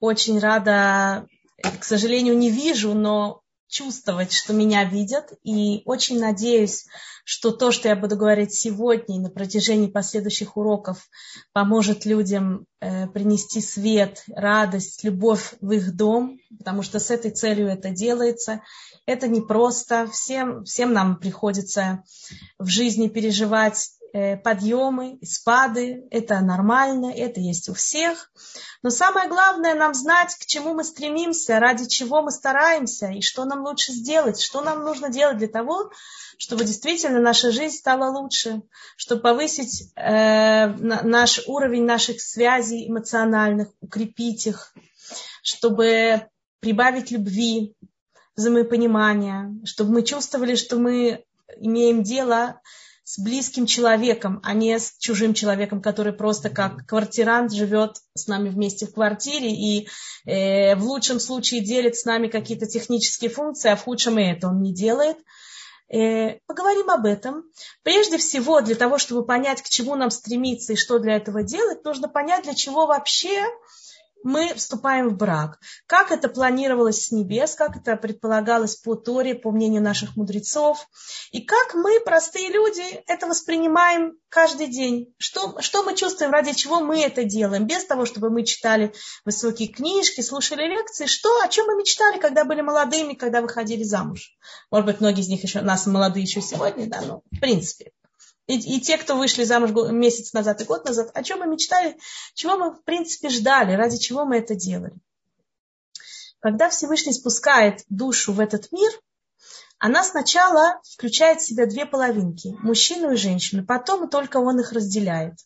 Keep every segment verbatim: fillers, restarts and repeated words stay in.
очень рада, к сожалению, не вижу, но чувствовать, что меня видят. И очень надеюсь, что то, что я буду говорить сегодня и на протяжении последующих уроков, поможет людям э, принести свет, радость, любовь в их дом, потому что с этой целью это делается. Это непросто. Всем, всем нам приходится в жизни переживать э, подъемы и спады. Это нормально, это есть у всех. Но самое главное нам знать, к чему мы стремимся, ради чего мы стараемся и что нам лучше сделать, что нам нужно делать для того, чтобы действительно наша жизнь стала лучше, чтобы повысить э, наш уровень наших связей эмоциональных, укрепить их, чтобы прибавить любви, взаимопонимания, чтобы мы чувствовали, что мы имеем дело с близким человеком, а не с чужим человеком, который просто как квартирант живет с нами вместе в квартире и э, в лучшем случае делит с нами какие-то технические функции, а в худшем и это он не делает. Э, поговорим об этом. Прежде всего, для того, чтобы понять, к чему нам стремиться и что для этого делать, нужно понять, для чего вообще мы вступаем в брак. Как это планировалось с небес, как это предполагалось по Торе, по мнению наших мудрецов. И как мы, простые люди, это воспринимаем каждый день. Что, что мы чувствуем, ради чего мы это делаем. Без того, чтобы мы читали высокие книжки, слушали лекции. Что, о чем мы мечтали, когда были молодыми, когда выходили замуж. Может быть, многие из них еще, нас молодые еще сегодня, да, но в принципе. И, и те, кто вышли замуж месяц назад и год назад, о чем мы мечтали, чего мы, в принципе, ждали, ради чего мы это делали. Когда Всевышний спускает душу в этот мир, она сначала включает в себя две половинки, мужчину и женщину, потом только он их разделяет.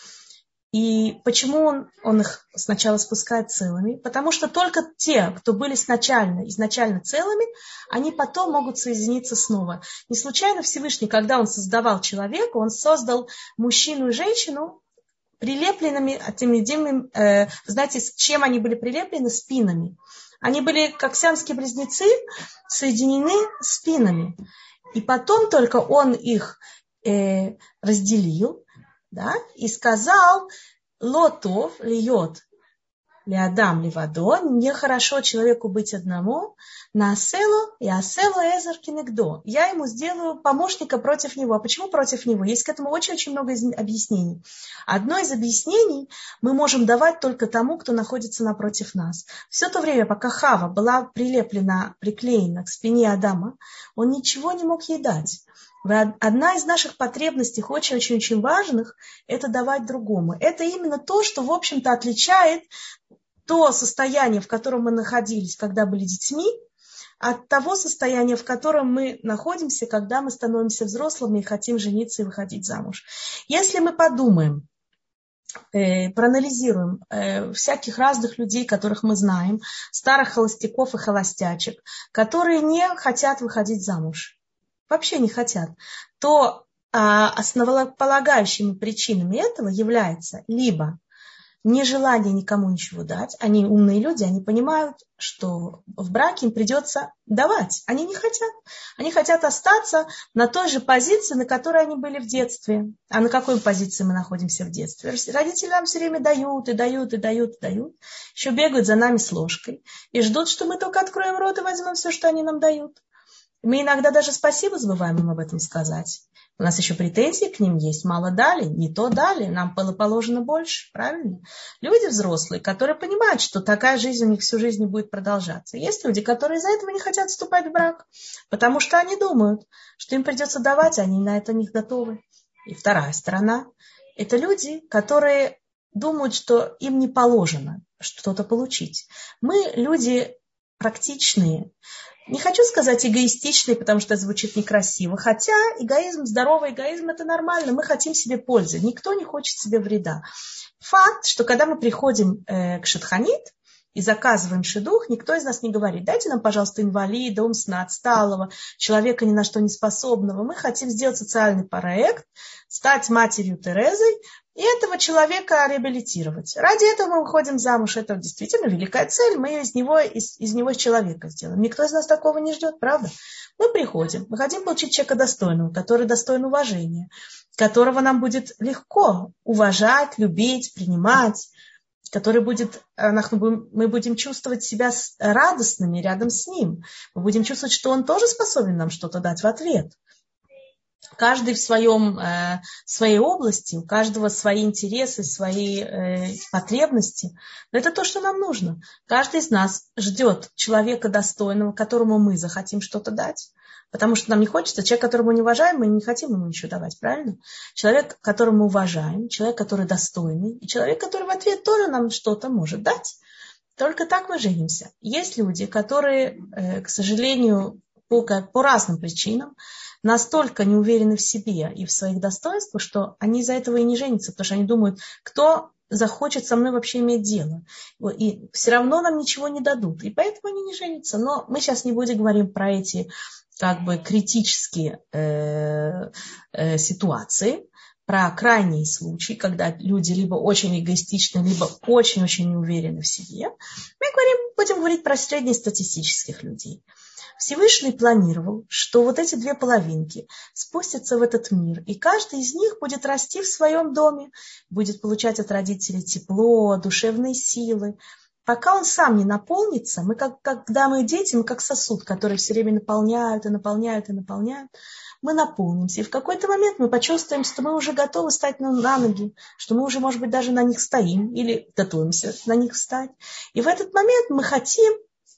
И почему он, он их сначала спускает целыми? Потому что только те, кто были сначала, изначально целыми, они потом могут соединиться снова. Не случайно Всевышний, когда он создавал человека, он создал мужчину и женщину прилепленными, теми, э, знаете, с чем они были прилеплены? Спинами. Они были, как сиамские близнецы, соединены спинами. И потом только он их э, разделил. Да, и сказал, лотов льет лиадам ливадо, нехорошо человеку быть одному, на аселу и аселу эзер кинегдо. Я ему сделаю помощника против него. А почему против него? Есть к этому очень-очень много объяснений. Одно из объяснений мы можем давать только тому, кто находится напротив нас. Все то время, пока Хава была прилеплена, приклеена к спине Адама, он ничего не мог ей дать. Одна из наших потребностей, очень-очень-очень важных, это давать другому. Это именно то, что, в общем-то, отличает то состояние, в котором мы находились, когда были детьми, от того состояния, в котором мы находимся, когда мы становимся взрослыми и хотим жениться и выходить замуж. Если мы подумаем, э, проанализируем э, всяких разных людей, которых мы знаем, старых холостяков и холостячек, которые не хотят выходить замуж, вообще не хотят, то а, основополагающими причинами этого является либо нежелание никому ничего дать, они умные люди, они понимают, что в браке им придется давать, они не хотят, они хотят остаться на той же позиции, на которой они были в детстве. А на какой позиции мы находимся в детстве? Родители нам все время дают, и дают, и дают, и дают, еще бегают за нами с ложкой и ждут, что мы только откроем рот и возьмем все, что они нам дают. Мы иногда даже спасибо забываем им об этом сказать. У нас еще претензии к ним есть. Мало дали, не то дали, нам было положено больше. Правильно? Люди взрослые, которые понимают, что такая жизнь у них всю жизнь не будет продолжаться. Есть люди, которые из-за этого не хотят вступать в брак, потому что они думают, что им придется давать, а они на это не готовы. И вторая сторона – это люди, которые думают, что им не положено что-то получить. Мы люди практичные. Не хочу сказать эгоистичный, потому что это звучит некрасиво. Хотя эгоизм, здоровый эгоизм – это нормально. Мы хотим себе пользы. Никто не хочет себе вреда. Факт, что когда мы приходим э, к шадханит и заказываем шидух, никто из нас не говорит: дайте нам, пожалуйста, инвалида, умственно отсталого, человека ни на что не способного. Мы хотим сделать социальный проект, стать матерью Терезой и этого человека реабилитировать. Ради этого мы выходим замуж. Это действительно великая цель. Мы из него, из, из него человека сделаем. Никто из нас такого не ждет, правда? Мы приходим, мы хотим получить человека достойного, который достоин уважения, которого нам будет легко уважать, любить, принимать, который будет, мы будем чувствовать себя радостными рядом с ним. Мы будем чувствовать, что он тоже способен нам что-то дать в ответ. Каждый в своем, э, своей области, у каждого свои интересы, свои э, потребности. Но это то, что нам нужно. Каждый из нас ждет человека достойного, которому мы захотим что-то дать. Потому что нам не хочется. Человек, которого мы не уважаем, мы не хотим ему ничего давать, правильно? Человек, которого мы уважаем, человек, который достойный, и человек, который в ответ тоже нам что-то может дать. Только так мы женимся. Есть люди, которые, э, к сожалению, по, по разным причинам, настолько не уверены в себе и в своих достоинствах, что они из-за этого и не женятся, потому что они думают, кто захочет со мной вообще иметь дело. И все равно нам ничего не дадут. И поэтому они не женятся. Но мы сейчас не будем говорить про эти как бы критические э, э, ситуации, про крайние случаи, когда люди либо очень эгоистичны, либо очень-очень не уверены в себе. Мы говорим, будем говорить про среднестатистических людей. Всевышний планировал, что вот эти две половинки спустятся в этот мир, и каждый из них будет расти в своем доме, будет получать от родителей тепло, душевные силы. Пока он сам не наполнится, мы как, когда мы дети, мы как сосуд, который все время наполняют и наполняют и наполняют, мы наполнимся. И в какой-то момент мы почувствуем, что мы уже готовы стать на, на ноги, что мы уже, может быть, даже на них стоим или готовимся на них встать. И в этот момент мы хотим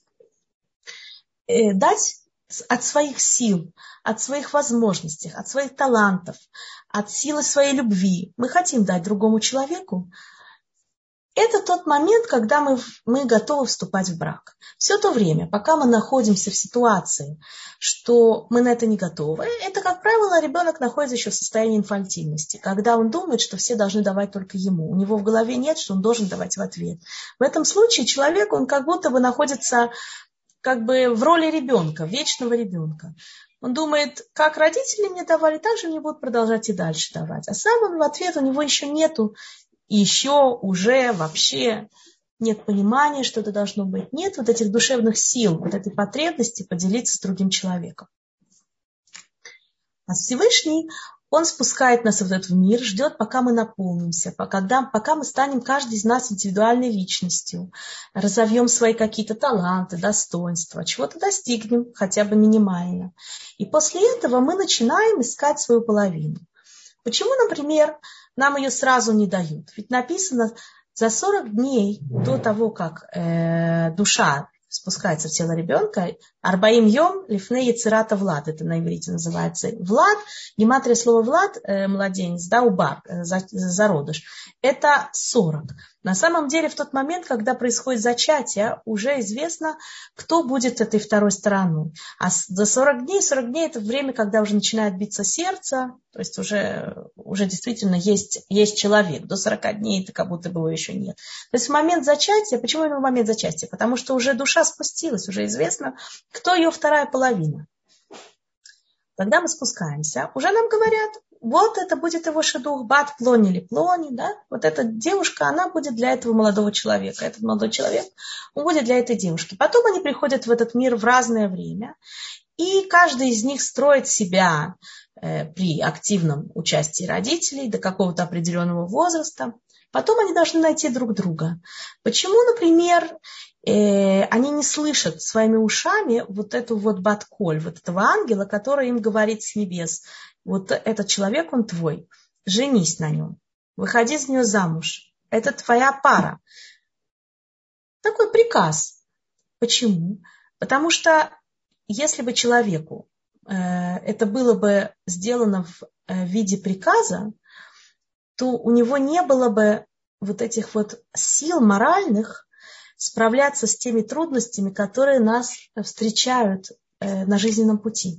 дать от своих сил, от своих возможностей, от своих талантов, от силы своей любви. Мы хотим дать другому человеку. Это тот момент, когда мы, мы готовы вступать в брак. Все то время, пока мы находимся в ситуации, что мы на это не готовы, это, как правило, ребенок находится еще в состоянии инфантильности, когда он думает, что все должны давать только ему. У него в голове нет, что он должен давать в ответ. В этом случае человек, он как будто бы находится как бы в роли ребенка, вечного ребенка. Он думает, как родители мне давали, так же мне будут продолжать и дальше давать. А сам он в ответ, у него еще нету, еще уже вообще нет понимания, что это должно быть. Нет вот этих душевных сил, вот этой потребности поделиться с другим человеком. А Всевышний, он спускает нас в этот мир, ждет, пока мы наполнимся, пока, пока мы станем каждый из нас индивидуальной личностью, разовьем свои какие-то таланты, достоинства, чего-то достигнем, хотя бы минимально. И после этого мы начинаем искать свою половину. Почему, например, нам ее сразу не дают? Ведь написано, за сорок дней до того, как э, душа спускается в тело ребенка, арбаим йом лифней яцерата влад, это на иврите называется. Влад, гематрия слова влад, э, младенец, да, убар, э, за, зародыш, это сорок. На самом деле в тот момент, когда происходит зачатие, уже известно, кто будет этой второй стороной. А за сорок дней, сорок дней это время, когда уже начинает биться сердце, то есть уже, уже действительно есть, есть человек. До сорока дней это как будто бы его еще нет. То есть в момент зачатия, почему именно в момент зачатия? Потому что уже душа спустилась, уже известно, кто ее вторая половина. Когда мы спускаемся, уже нам говорят, вот это будет его шедух, бат плони или плони, да, вот эта девушка, она будет для этого молодого человека, этот молодой человек, он будет для этой девушки. Потом они приходят в этот мир в разное время, и каждый из них строит себя э, при активном участии родителей до какого-то определенного возраста. Потом они должны найти друг друга. Почему, например, э, они не слышат своими ушами вот эту вот бат-коль, вот этого ангела, который им говорит с небес, вот этот человек, он твой, женись на нем, выходи за нее замуж, это твоя пара. Такой приказ. Почему? Потому что если бы человеку э, это было бы сделано в э, виде приказа, то у него не было бы вот этих вот сил моральных справляться с теми трудностями, которые нас встречают э, на жизненном пути.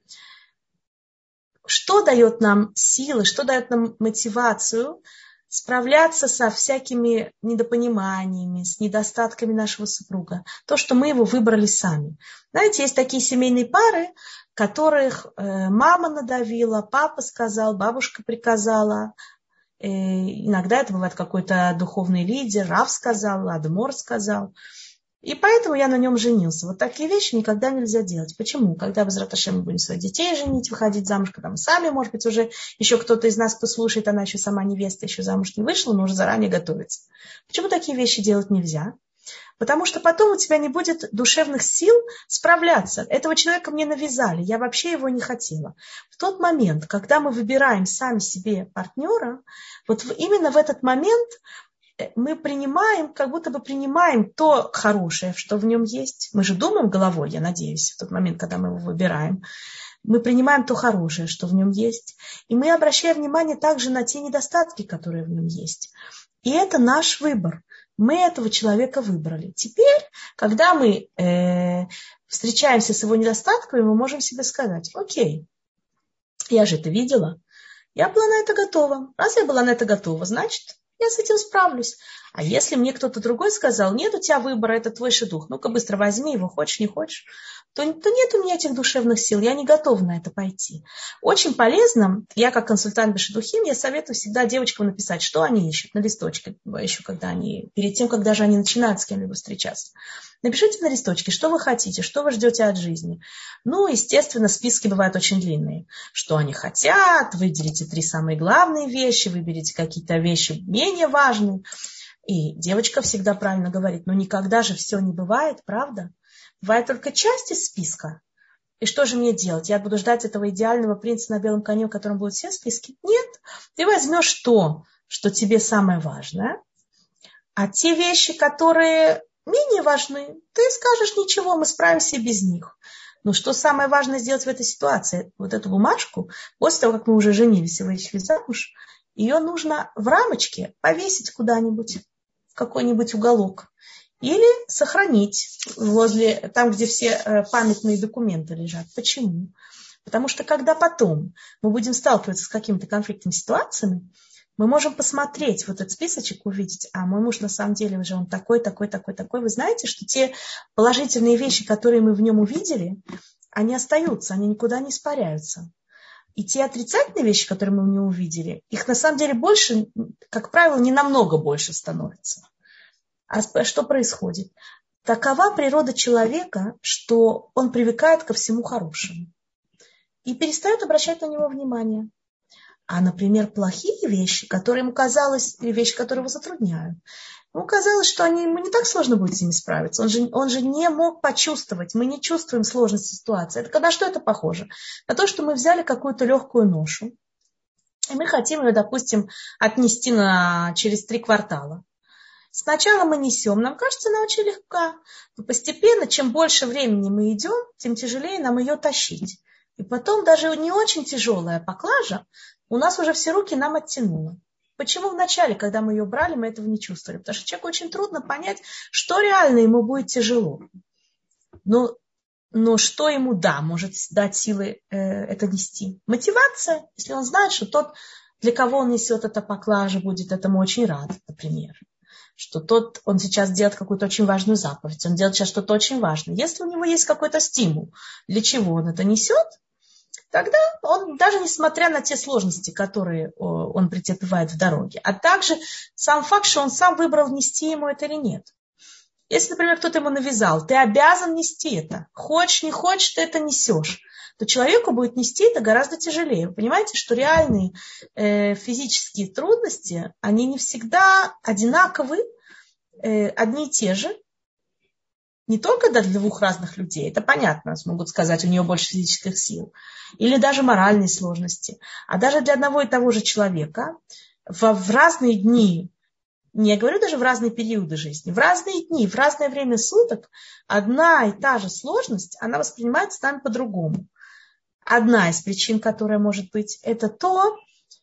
Что дает нам силы, что дает нам мотивацию справляться со всякими недопониманиями, с недостатками нашего супруга? То, что мы его выбрали сами. Знаете, есть такие семейные пары, которых э, мама надавила, папа сказал, бабушка приказала. Э, иногда это бывает какой-то духовный лидер, рав сказал, адмор сказал. И поэтому я на нем женился. Вот такие вещи никогда нельзя делать. Почему? Когда Безрат Ашем мы будем своих детей женить, выходить замуж, когда мы сами, может быть, уже еще кто-то из нас, кто слушает, она еще сама невеста, еще замуж не вышла, но уже заранее готовится. Почему такие вещи делать нельзя? Потому что потом у тебя не будет душевных сил справляться. Этого человека мне навязали, я вообще его не хотела. В тот момент, когда мы выбираем сами себе партнера, вот именно в этот момент мы принимаем, как будто бы принимаем то хорошее, что в нем есть. Мы же думаем головой, я надеюсь, в тот момент, когда мы его выбираем. Мы принимаем то хорошее, что в нем есть. И мы обращаем внимание также на те недостатки, которые в нем есть. И это наш выбор. Мы этого человека выбрали. Теперь, когда мы э, встречаемся с его недостатками, мы можем себе сказать: окей, я же это видела, я была на это готова. Раз я была на это готова, значит, я с этим справлюсь. А если мне кто-то другой сказал: нет у тебя выбора, это твой шедух, ну-ка быстро возьми его, хочешь, не хочешь, то, то нет у меня этих душевных сил, я не готова на это пойти. Очень полезно, я как консультант бешедухим, я советую всегда девочкам написать, что они ищут на листочке, еще когда они, перед тем, как даже они начинают с кем-либо встречаться. Напишите на листочке, что вы хотите, что вы ждете от жизни. Ну, естественно, списки бывают очень длинные. Что они хотят, выделите три самые главные вещи, выберите какие-то вещи менее важные. И девочка всегда правильно говорит: ну никогда же все не бывает, правда? Бывает только часть из списка. И что же мне делать? Я буду ждать этого идеального принца на белом коне, в котором будут все списки? Нет. Ты возьмешь то, что тебе самое важное, а те вещи, которые менее важны, ты скажешь: ничего, мы справимся и без них. Но что самое важное сделать в этой ситуации? Вот эту бумажку, после того, как мы уже женились и вышли замуж, ее нужно в рамочке повесить куда-нибудь, в какой-нибудь уголок. Или сохранить возле, там, где все памятные документы лежат. Почему? Потому что когда потом мы будем сталкиваться с какими-то конфликтными ситуациями, мы можем посмотреть вот этот списочек, увидеть: а мой муж на самом деле уже он такой, такой, такой, такой. Вы знаете, что те положительные вещи, которые мы в нем увидели, они остаются, они никуда не испаряются. И те отрицательные вещи, которые мы в нем увидели, их на самом деле больше, как правило, не намного больше становится. А что происходит? Такова природа человека, что он привыкает ко всему хорошему и перестает обращать на него внимание. А, например, плохие вещи, которые ему казалось, или вещи, которые его затрудняют, ему казалось, что они, ему не так сложно будет с ними справиться. Он же, он же не мог почувствовать, мы не чувствуем сложности ситуации. Это, на что это похоже? На то, что мы взяли какую-то легкую ношу, и мы хотим ее, допустим, отнести на, через три квартала. Сначала мы несем, нам кажется, она очень легка, но постепенно, чем больше времени мы идем, тем тяжелее нам ее тащить. И потом даже не очень тяжелая поклажа у нас уже все руки нам оттянула. Почему вначале, когда мы ее брали, мы этого не чувствовали? Потому что человеку очень трудно понять, что реально ему будет тяжело. Но, но что ему, да, может дать силы э, это нести? Мотивация, если он знает, что тот, для кого он несет это поклажа, будет этому очень рад, например. Что тот, он сейчас делает какую-то очень важную заповедь, он делает сейчас что-то очень важное. Если у него есть какой-то стимул, для чего он это несет, тогда он, даже несмотря на те сложности, которые он претерпевает в дороге, а также сам факт, что он сам выбрал, нести ему это или нет. Если, например, кто-то ему навязал: ты обязан нести это, хочешь, не хочешь, ты это несешь, то человеку будет нести это гораздо тяжелее. Вы понимаете, что реальные э, физические трудности, они не всегда одинаковы, э, одни и те же. Не только для двух разных людей, это понятно, могут сказать, у нее больше физических сил, или даже моральные сложности, а даже для одного и того же человека в, в разные дни, не я говорю даже в разные периоды жизни, в разные дни, в разное время суток одна и та же сложность, она воспринимается нами по-другому. Одна из причин, которая может быть, это то,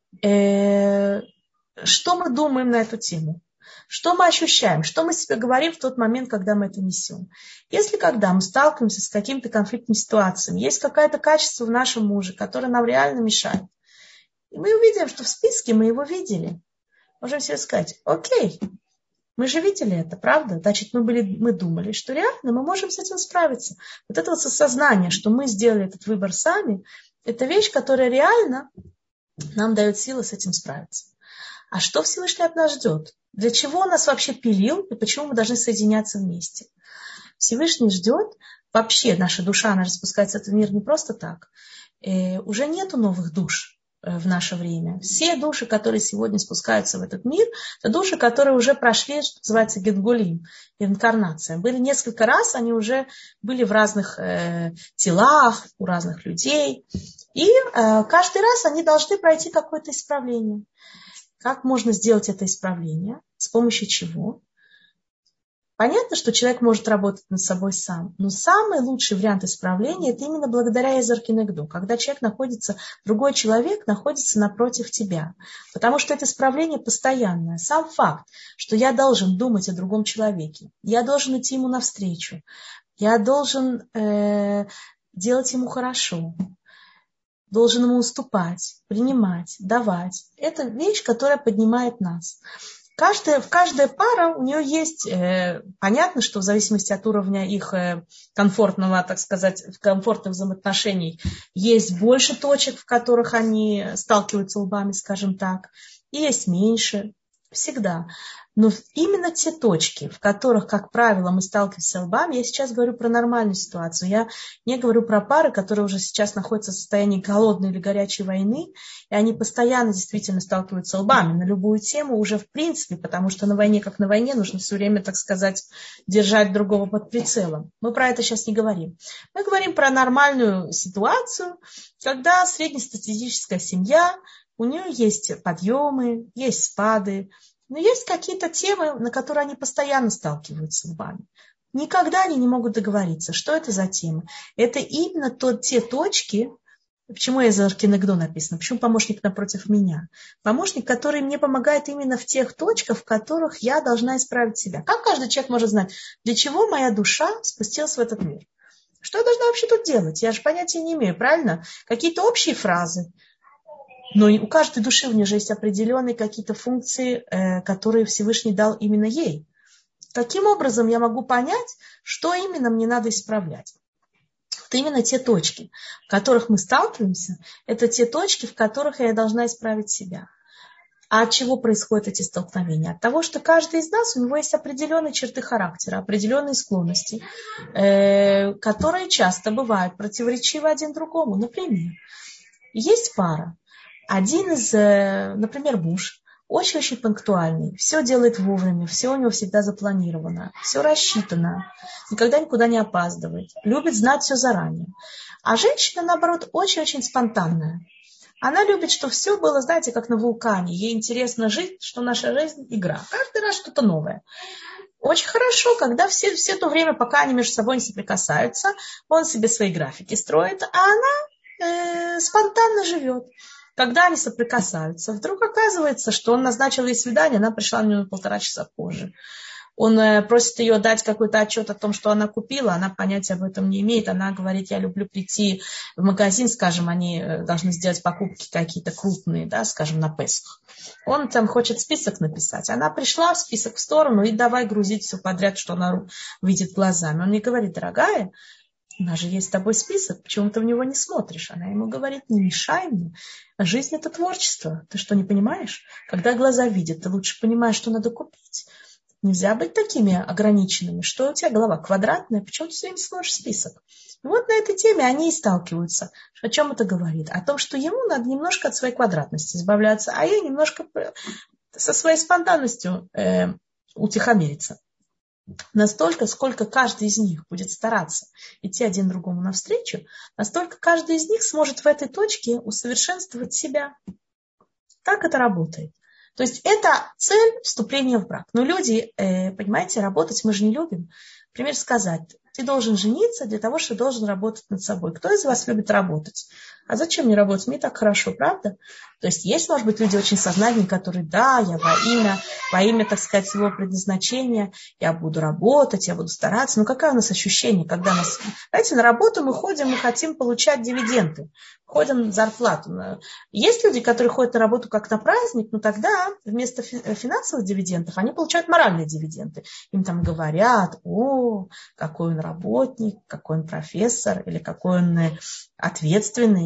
э, что мы думаем на эту тему. Что мы ощущаем, что мы себе говорим в тот момент, когда мы это несем. Если когда мы сталкиваемся с какими-то конфликтными ситуациями, есть какое-то качество в нашем муже, которое нам реально мешает, и мы увидим, что в списке мы его видели, можем себе сказать: окей, мы же видели это, правда? Значит, мы, были, мы думали, что реально мы можем с этим справиться. Вот это вот осознание, что мы сделали этот выбор сами, это вещь, которая реально нам дает силы с этим справиться. А что Всевышний от нас ждет? Для чего он нас вообще пилил и почему мы должны соединяться вместе? Всевышний ждет, вообще наша душа, она же спускается в этот мир не просто так. Э, уже нету новых душ в наше время. Все души, которые сегодня спускаются в этот мир, это души, которые уже прошли, что называется, генгулим, инкарнация. Были несколько раз, они уже были в разных э, телах, у разных людей. И э, каждый раз они должны пройти какое-то исправление. Как можно сделать это исправление? С помощью чего? Понятно, что человек может работать над собой сам, но самый лучший вариант исправления – это именно благодаря Эзер Кенегдо, когда человек находится, другой человек находится напротив тебя. Потому что это исправление постоянное. Сам факт, что я должен думать о другом человеке, я должен идти ему навстречу, я должен э, делать ему хорошо, должен ему уступать, принимать, давать. Это вещь, которая поднимает нас. Каждая, каждая пара, у нее есть, э, понятно, что в зависимости от уровня их э, комфортного, так сказать, комфортных взаимоотношений, есть больше точек, в которых они сталкиваются лбами, скажем так, и есть меньше, всегда. Но именно те точки, в которых, как правило, мы сталкиваемся лбами, я сейчас говорю про нормальную ситуацию, я не говорю про пары, которые уже сейчас находятся в состоянии голодной или горячей войны, и они постоянно действительно сталкиваются лбами на любую тему уже в принципе, потому что на войне, как на войне, нужно все время, так сказать, держать другого под прицелом. Мы про это сейчас не говорим. Мы говорим про нормальную ситуацию, когда среднестатистическая семья, у нее есть подъемы, есть спады, но есть какие-то темы, на которые они постоянно сталкиваются лбами. Никогда они не могут договориться, что это за темы. Это именно то, те точки, почему Эзер Кенегдо написано, почему помощник напротив меня. Помощник, который мне помогает именно в тех точках, в которых я должна исправить себя. Как каждый человек может знать, для чего моя душа спустилась в этот мир? Что я должна вообще тут делать? Я же понятия не имею, правильно? Какие-то общие фразы. Но у каждой души у нее же есть определенные какие-то функции, которые Всевышний дал именно ей. Каким образом я могу понять, что именно мне надо исправлять? Вот именно те точки, в которых мы сталкиваемся, это те точки, в которых я должна исправить себя. А от чего происходят эти столкновения? От того, что каждый из нас, у него есть определенные черты характера, определенные склонности, которые часто бывают противоречивы один другому. Например, есть пара. Один из, например, муж, очень-очень пунктуальный, все делает вовремя, все у него всегда запланировано, все рассчитано, никогда никуда не опаздывает, любит знать все заранее. А женщина, наоборот, очень-очень спонтанная. Она любит, чтобы все было, знаете, как на вулкане. Ей интересно жить, что наша жизнь – игра. Каждый раз что-то новое. Очень хорошо, когда все, все то время, пока они между собой не соприкасаются, он себе свои графики строит, а она э, спонтанно живет. Когда они соприкасаются, вдруг оказывается, что он назначил ей свидание, она пришла на него полтора часа позже. Он просит ее дать какой-то отчет о том, что она купила, она понятия об этом не имеет. Она говорит, я люблю прийти в магазин, скажем, они должны сделать покупки какие-то крупные, да, скажем, на Песах. Он там хочет список написать. Она пришла, список в сторону, и давай грузить все подряд, что она видит глазами. Он ей говорит, дорогая, у нас же есть с тобой список, почему ты в него не смотришь? Она ему говорит, не мешай мне. Жизнь – это творчество. Ты что, не понимаешь? Когда глаза видят, ты лучше понимаешь, что надо купить. Нельзя быть такими ограниченными. Что у тебя голова квадратная? Почему ты все время смотришь список? И вот на этой теме они и сталкиваются. О чем это говорит? О том, что ему надо немножко от своей квадратности избавляться, а ей немножко со своей спонтанностью э, утихомириться. Настолько, сколько каждый из них будет стараться идти один другому навстречу, настолько каждый из них сможет в этой точке усовершенствовать себя. Так это работает. То есть это цель вступления в брак. Но люди, э, понимаете, работать мы же не любим. Например, сказать, ты должен жениться для того, что должен работать над собой. Кто из вас любит работать? А зачем мне работать? Мне так хорошо, правда? То есть есть, может быть, люди очень сознательные, которые, да, я во имя, во имя, так сказать, своего предназначения, я буду работать, я буду стараться. Но какое у нас ощущение, когда нас... Знаете, на работу мы ходим, мы хотим получать дивиденды, ходим на зарплату. Есть люди, которые ходят на работу как на праздник, но тогда вместо финансовых дивидендов они получают моральные дивиденды. Им там говорят, о, какой он работник, какой он профессор или какой он ответственный.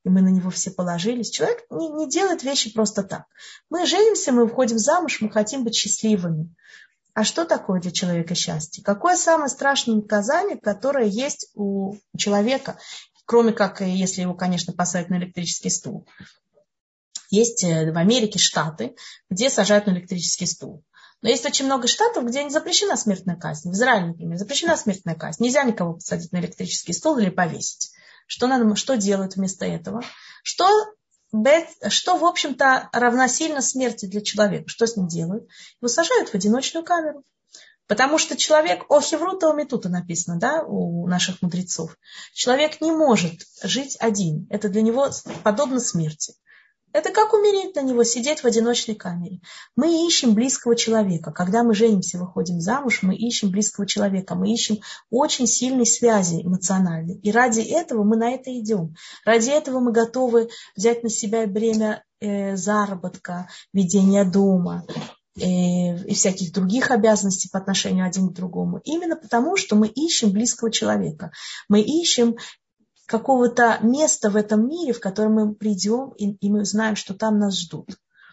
и мы на него все положились. Человек не, не делает вещи просто так. Мы женимся, мы выходим замуж, мы хотим быть счастливыми. А что такое для человека счастье? Какое самое страшное наказание, которое есть у человека, кроме как, если его, конечно, посадят на электрический стул? Есть в Америке штаты, где сажают на электрический стул. Но есть очень много штатов, где не запрещена смертная казнь. В Израиле, например, запрещена смертная казнь. Нельзя никого посадить на электрический стул или повесить. Что, надо, что делают вместо этого? Что, что, в общем-то, равносильно смерти для человека? Что с ним делают? Его сажают в одиночную камеру. Потому что человек, о хеврута, о метута написано, да, у наших мудрецов. Человек не может жить один. Это для него подобно смерти. Это как умереть для него, сидеть в одиночной камере. Мы ищем близкого человека. Когда мы женимся, выходим замуж, мы ищем близкого человека. Мы ищем очень сильной связи эмоциональной. И ради этого мы на это идем. Ради этого мы готовы взять на себя бремя э, заработка, ведения дома э, и всяких других обязанностей по отношению один к другому. Именно потому, что мы ищем близкого человека. Мы ищем какого-то места в этом мире, в котором мы придем, и, и мы знаем, что там нас ждут.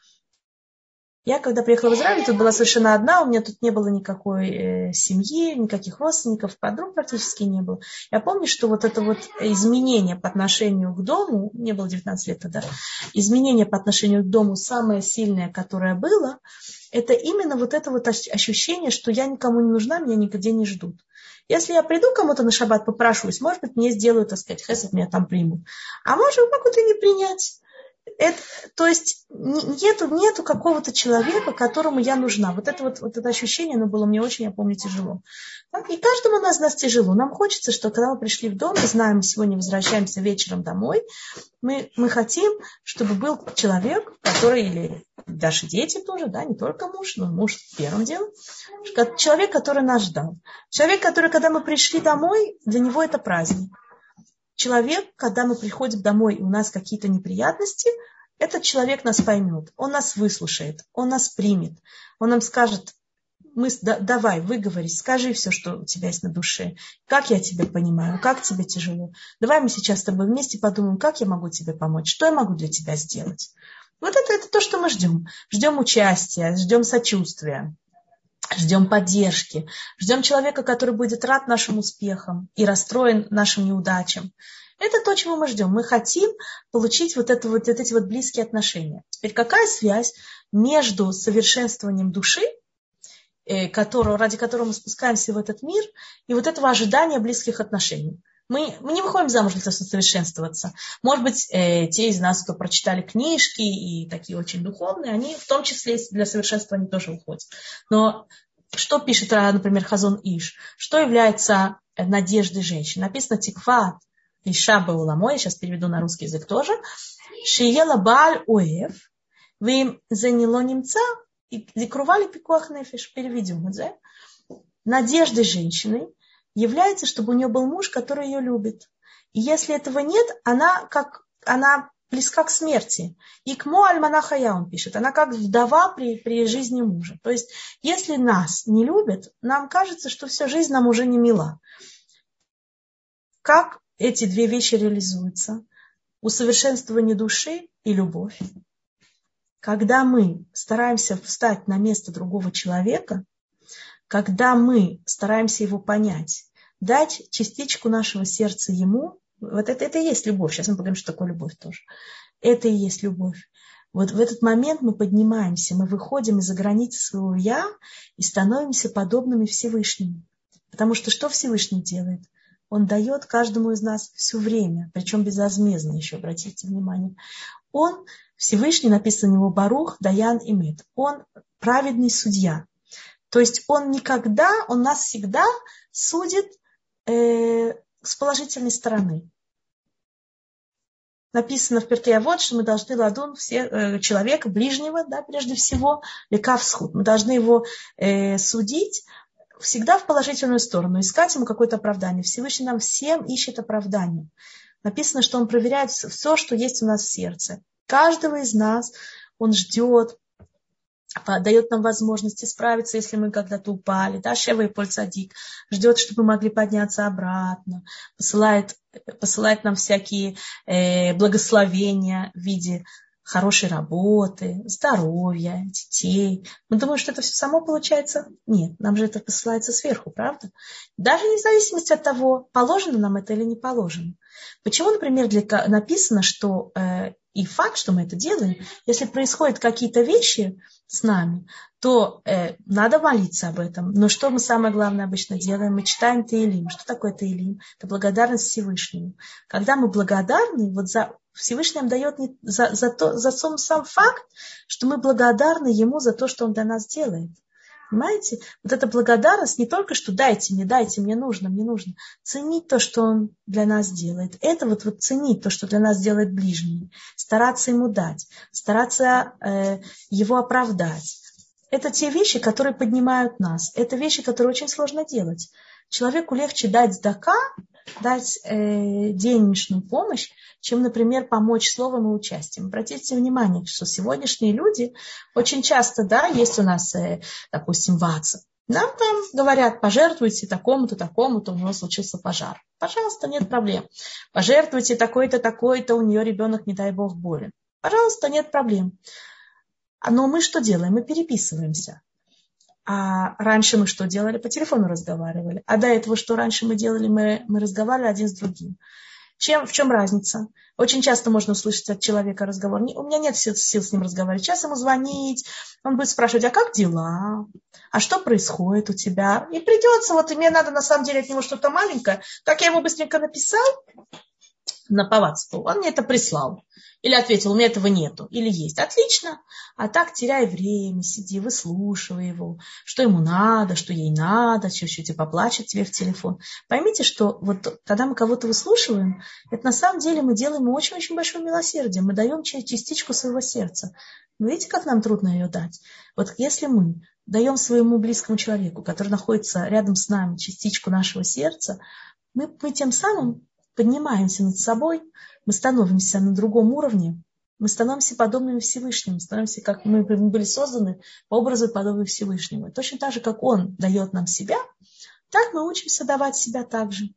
Я, когда приехала в Израиль, тут была совершенно одна, у меня тут не было никакой э, семьи, никаких родственников, подруг практически не было. Я помню, что вот это вот изменение по отношению к дому, мне было девятнадцать лет тогда, изменение по отношению к дому самое сильное, которое было, это именно вот это вот ощущение, что я никому не нужна, меня нигде не ждут. Если я приду кому-то на шаббат, попрошусь, может быть, мне сделают, так сказать, хесед, меня там примут. А может, могут и не принять. Это, то есть нету, нету какого-то человека, которому я нужна. Вот это вот, вот это ощущение, оно было мне очень, я помню, тяжело. И каждому из нас тяжело. Нам хочется, что когда мы пришли в дом, мы знаем, мы сегодня возвращаемся вечером домой, мы, мы хотим, чтобы был человек, который, или даже дети тоже, да, не только муж, но муж первым делом, человек, который нас ждал. Человек, который, когда мы пришли домой, для него это праздник. Человек, когда мы приходим домой, и у нас какие-то неприятности, этот человек нас поймет, он нас выслушает, он нас примет, он нам скажет, мы, да, давай, выговорись, скажи все, что у тебя есть на душе, как я тебя понимаю, как тебе тяжело. Давай мы сейчас с тобой вместе подумаем, как я могу тебе помочь, что я могу для тебя сделать. Вот это, это то, что мы ждем. Ждем участия, ждем сочувствия. Ждем поддержки, ждем человека, который будет рад нашим успехам и расстроен нашим неудачам. Это то, чего мы ждем. Мы хотим получить вот, это, вот, вот эти вот близкие отношения. Теперь какая связь между совершенствованием души, э, которого, ради которого мы спускаемся в этот мир, и вот этого ожидания близких отношений? Мы, мы не выходим замуж для того, чтобы совершенствоваться. Может быть, э, те из нас, кто прочитали книжки и такие очень духовные, они в том числе для совершенствования тоже уходят. Но что пишет, например, Хазон Иш? Что является надеждой женщин? Написано «Тиква иша беуламо», я сейчас переведу на русский язык тоже. «Шиела бааль оев, вим заняло немца, и зикрували пикуах нефиш». Переведем это. Надеждой женщины является, чтобы у нее был муж, который ее любит. И если этого нет, она, как, она близка к смерти. И к мо аль-манахая он пишет, она как вдова при, при жизни мужа. То есть, если нас не любят, нам кажется, что вся жизнь нам уже не мила. Как эти две вещи реализуются? Усовершенствование души и любовь. Когда мы стараемся встать на место другого человека, когда мы стараемся его понять, дать частичку нашего сердца ему, вот это, это и есть любовь. Сейчас мы поговорим, что такое любовь тоже. Это и есть любовь. Вот в этот момент мы поднимаемся, мы выходим из-за границы своего «я» и становимся подобными Всевышнему. Потому что что Всевышний делает? Он дает каждому из нас все время, причем безвозмездно еще, обратите внимание. Он, Всевышний, написано у него Барух, Даян и Мед. Он праведный судья. То есть он никогда, он нас всегда судит э, с положительной стороны. Написано в Перкей Авот, что мы должны ладун все, э, человека, ближнего, да, прежде всего, лекав схуд. Мы должны его э, судить всегда в положительную сторону, искать ему какое-то оправдание. Всевышний нам всем ищет оправдание. Написано, что он проверяет все, что есть у нас в сердце. Каждого из нас он ждет дает нам возможность исправиться, если мы когда-то упали. Да? Шева и Поль-Цадик ждет, чтобы мы могли подняться обратно. Посылает, посылает нам всякие э, благословения в виде хорошей работы, здоровья, детей. Мы думаем, что это все само получается? Нет, нам же это посылается сверху, правда? Даже вне зависимости от того, положено нам это или не положено. Почему, например, для, написано, что э, и факт, что мы это делаем, если происходят какие-то вещи с нами, то э, надо молиться об этом. Но что мы самое главное обычно делаем? Мы читаем Теилим. Что такое Теилим? Это благодарность Всевышнему. Когда мы благодарны, вот за Всевышний нам дает не, за, за, то, за сам, сам факт, что мы благодарны Ему за то, что Он для нас делает. Понимаете? Вот эта благодарность не только, что дайте мне, дайте, мне нужно, мне нужно. Ценить то, что Он для нас делает. Это вот, вот ценить то, что для нас делает ближний. Стараться Ему дать. Стараться э, Его оправдать. Это те вещи, которые поднимают нас. Это вещи, которые очень сложно делать. Человеку легче дать цдака, дать э, денежную помощь, чем, например, помочь словом и участием. Обратите внимание, что сегодняшние люди очень часто, да, есть у нас, э, допустим, WhatsApp. Нам там говорят, пожертвуйте такому-то, такому-то, у него случился пожар. Пожалуйста, нет проблем. Пожертвуйте такой-то, такой-то, у нее ребенок, не дай бог, болен. Пожалуйста, нет проблем. Но мы что делаем? Мы переписываемся. А раньше мы что делали? По телефону разговаривали. А до этого что раньше мы делали? Мы, мы разговаривали один с другим. Чем, в чем разница? Очень часто можно услышать от человека разговор. У меня нет сил, сил с ним разговаривать. Сейчас ему звонить. Он будет спрашивать, а как дела? А что происходит у тебя? И придется, вот и мне надо на самом деле от него что-то маленькое. Как я ему быстренько написал на по WhatsApp, он мне это прислал. Или ответил, у меня этого нету. Или есть. Отлично. А так теряй время, сиди, выслушивай его. Что ему надо, что ей надо, чуть-чуть и поплачет тебе в телефон. Поймите, что вот когда мы кого-то выслушиваем, это на самом деле мы делаем ему очень-очень большое милосердие. Мы даем частичку своего сердца. Вы видите, как нам трудно ее дать? Вот если мы даем своему близкому человеку, который находится рядом с нами, частичку нашего сердца, мы, мы тем самым поднимаемся над собой, мы становимся на другом уровне, мы становимся подобными Всевышнему, становимся, как мы были созданы по образу и подобию Всевышнего. Точно так же, как Он дает нам себя, так мы учимся давать себя также.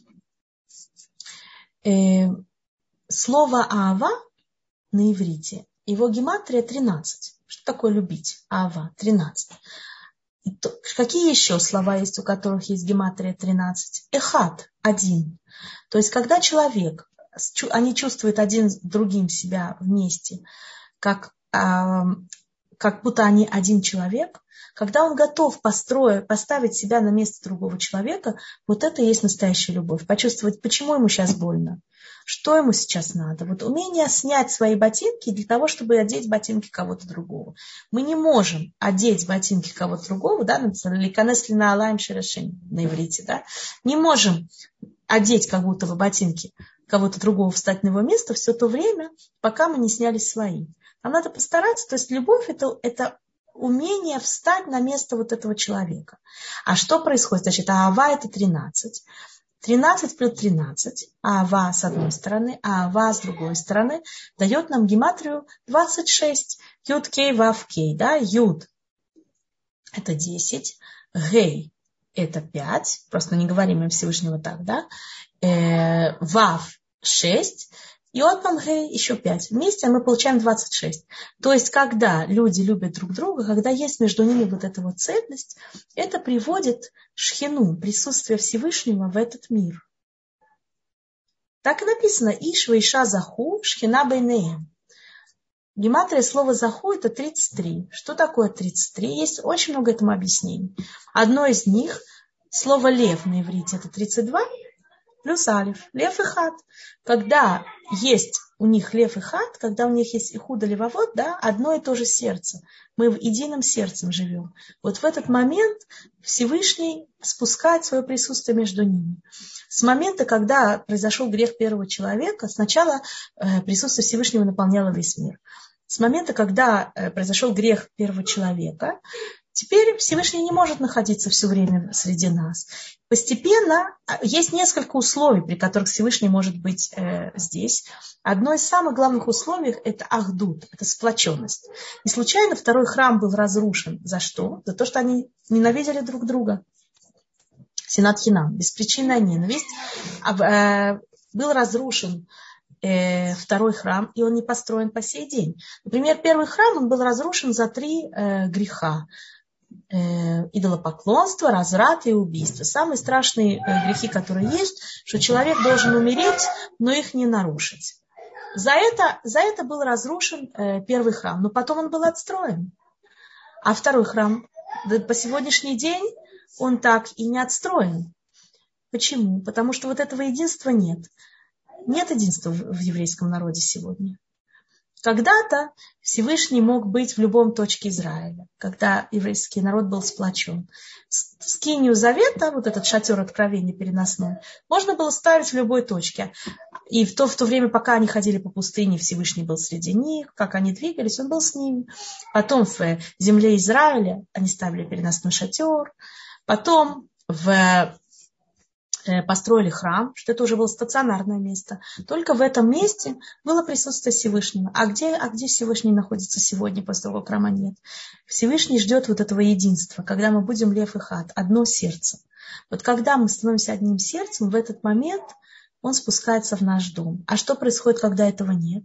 Э, слово «аава» на иврите, его гематрия тринадцать. Что такое любить? «Аава» тринадцать. И то, какие еще слова есть, у которых есть гематрия тринадцать? Эхат – один. То есть, когда человек, они чувствуют один с другим себя вместе, как, э, как будто они один человек, когда он готов построить, поставить себя на место другого человека, вот это и есть настоящая любовь. Почувствовать, почему ему сейчас больно, что ему сейчас надо. Вот умение снять свои ботинки для того, чтобы одеть ботинки кого-то другого. Мы не можем одеть ботинки кого-то другого, да, ликанесли на алаим шерешин на иврите, да, не можем одеть как будто бы ботинки кого-то другого, встать на его место все то время, пока мы не сняли свои. Нам надо постараться, то есть любовь это, это умение встать на место вот этого человека. А что происходит? Значит, аава это тринадцать. тринадцать плюс тринадцать, аава с одной стороны, а аава с другой стороны, дает нам гематрию двадцать шесть. Юд, кей, вав, кей. Да? Юд это десять, гей это пять, просто не говорим им Всевышнего так, да? Э, вав шесть, и отпам гей еще пять. Вместе мы получаем двадцать шесть. То есть, когда люди любят друг друга, когда есть между ними вот эта вот цельность, это приводит шхину, присутствие Всевышнего в этот мир. Так и написано, иш вейша заху шхина бейнеем. Гематрия слова заху это тридцать три. Что такое тридцать три? Есть очень много этому объяснений. Одно из них, слово лев на иврите, это тридцать два. Плюс алиф, лев и хат. Когда есть у них лев и хат, когда у них есть ихуда левовод, да, одно и то же сердце. Мы в едином сердцем живем. Вот в этот момент Всевышний спускает свое присутствие между ними. С момента, когда произошел грех первого человека, сначала э, присутствие Всевышнего наполняло весь мир. С момента, когда э, произошел грех первого человека, Теперь Всевышний не может находиться все время среди нас. Постепенно есть несколько условий, при которых Всевышний может быть э, здесь. Одно из самых главных условий – это ахдут, это сплоченность. И случайно второй храм был разрушен. За что? За то, что они ненавидели друг друга. Синат хинам, беспричинная ненависть. Э, был разрушен э, второй храм, и он не построен по сей день. Например, первый храм он был разрушен за три э, греха. Идолопоклонство, разврат и убийство. Самые страшные грехи, которые есть, что человек должен умереть, но их не нарушить. За это, за это был разрушен первый храм, но потом он был отстроен. А второй храм по сегодняшний день он так и не отстроен. Почему? Потому что вот этого единства нет. Нет единства в еврейском народе сегодня. Когда-то Всевышний мог быть в любом точке Израиля, когда еврейский народ был сплочен. Скинию Завета, вот этот шатер откровения переносной, можно было ставить в любой точке. И в то, в то время, пока они ходили по пустыне, Всевышний был среди них, как они двигались, он был с ними. Потом в земле Израиля они ставили переносной шатер. Потом в... построили храм, что это уже было стационарное место. Только в этом месте было присутствие Всевышнего. А где, а где Всевышний находится сегодня, после того, как храма нет? Всевышний ждет вот этого единства, когда мы будем лев и хат, одно сердце. Вот когда мы становимся одним сердцем, в этот момент он спускается в наш дом. А что происходит, когда этого нет?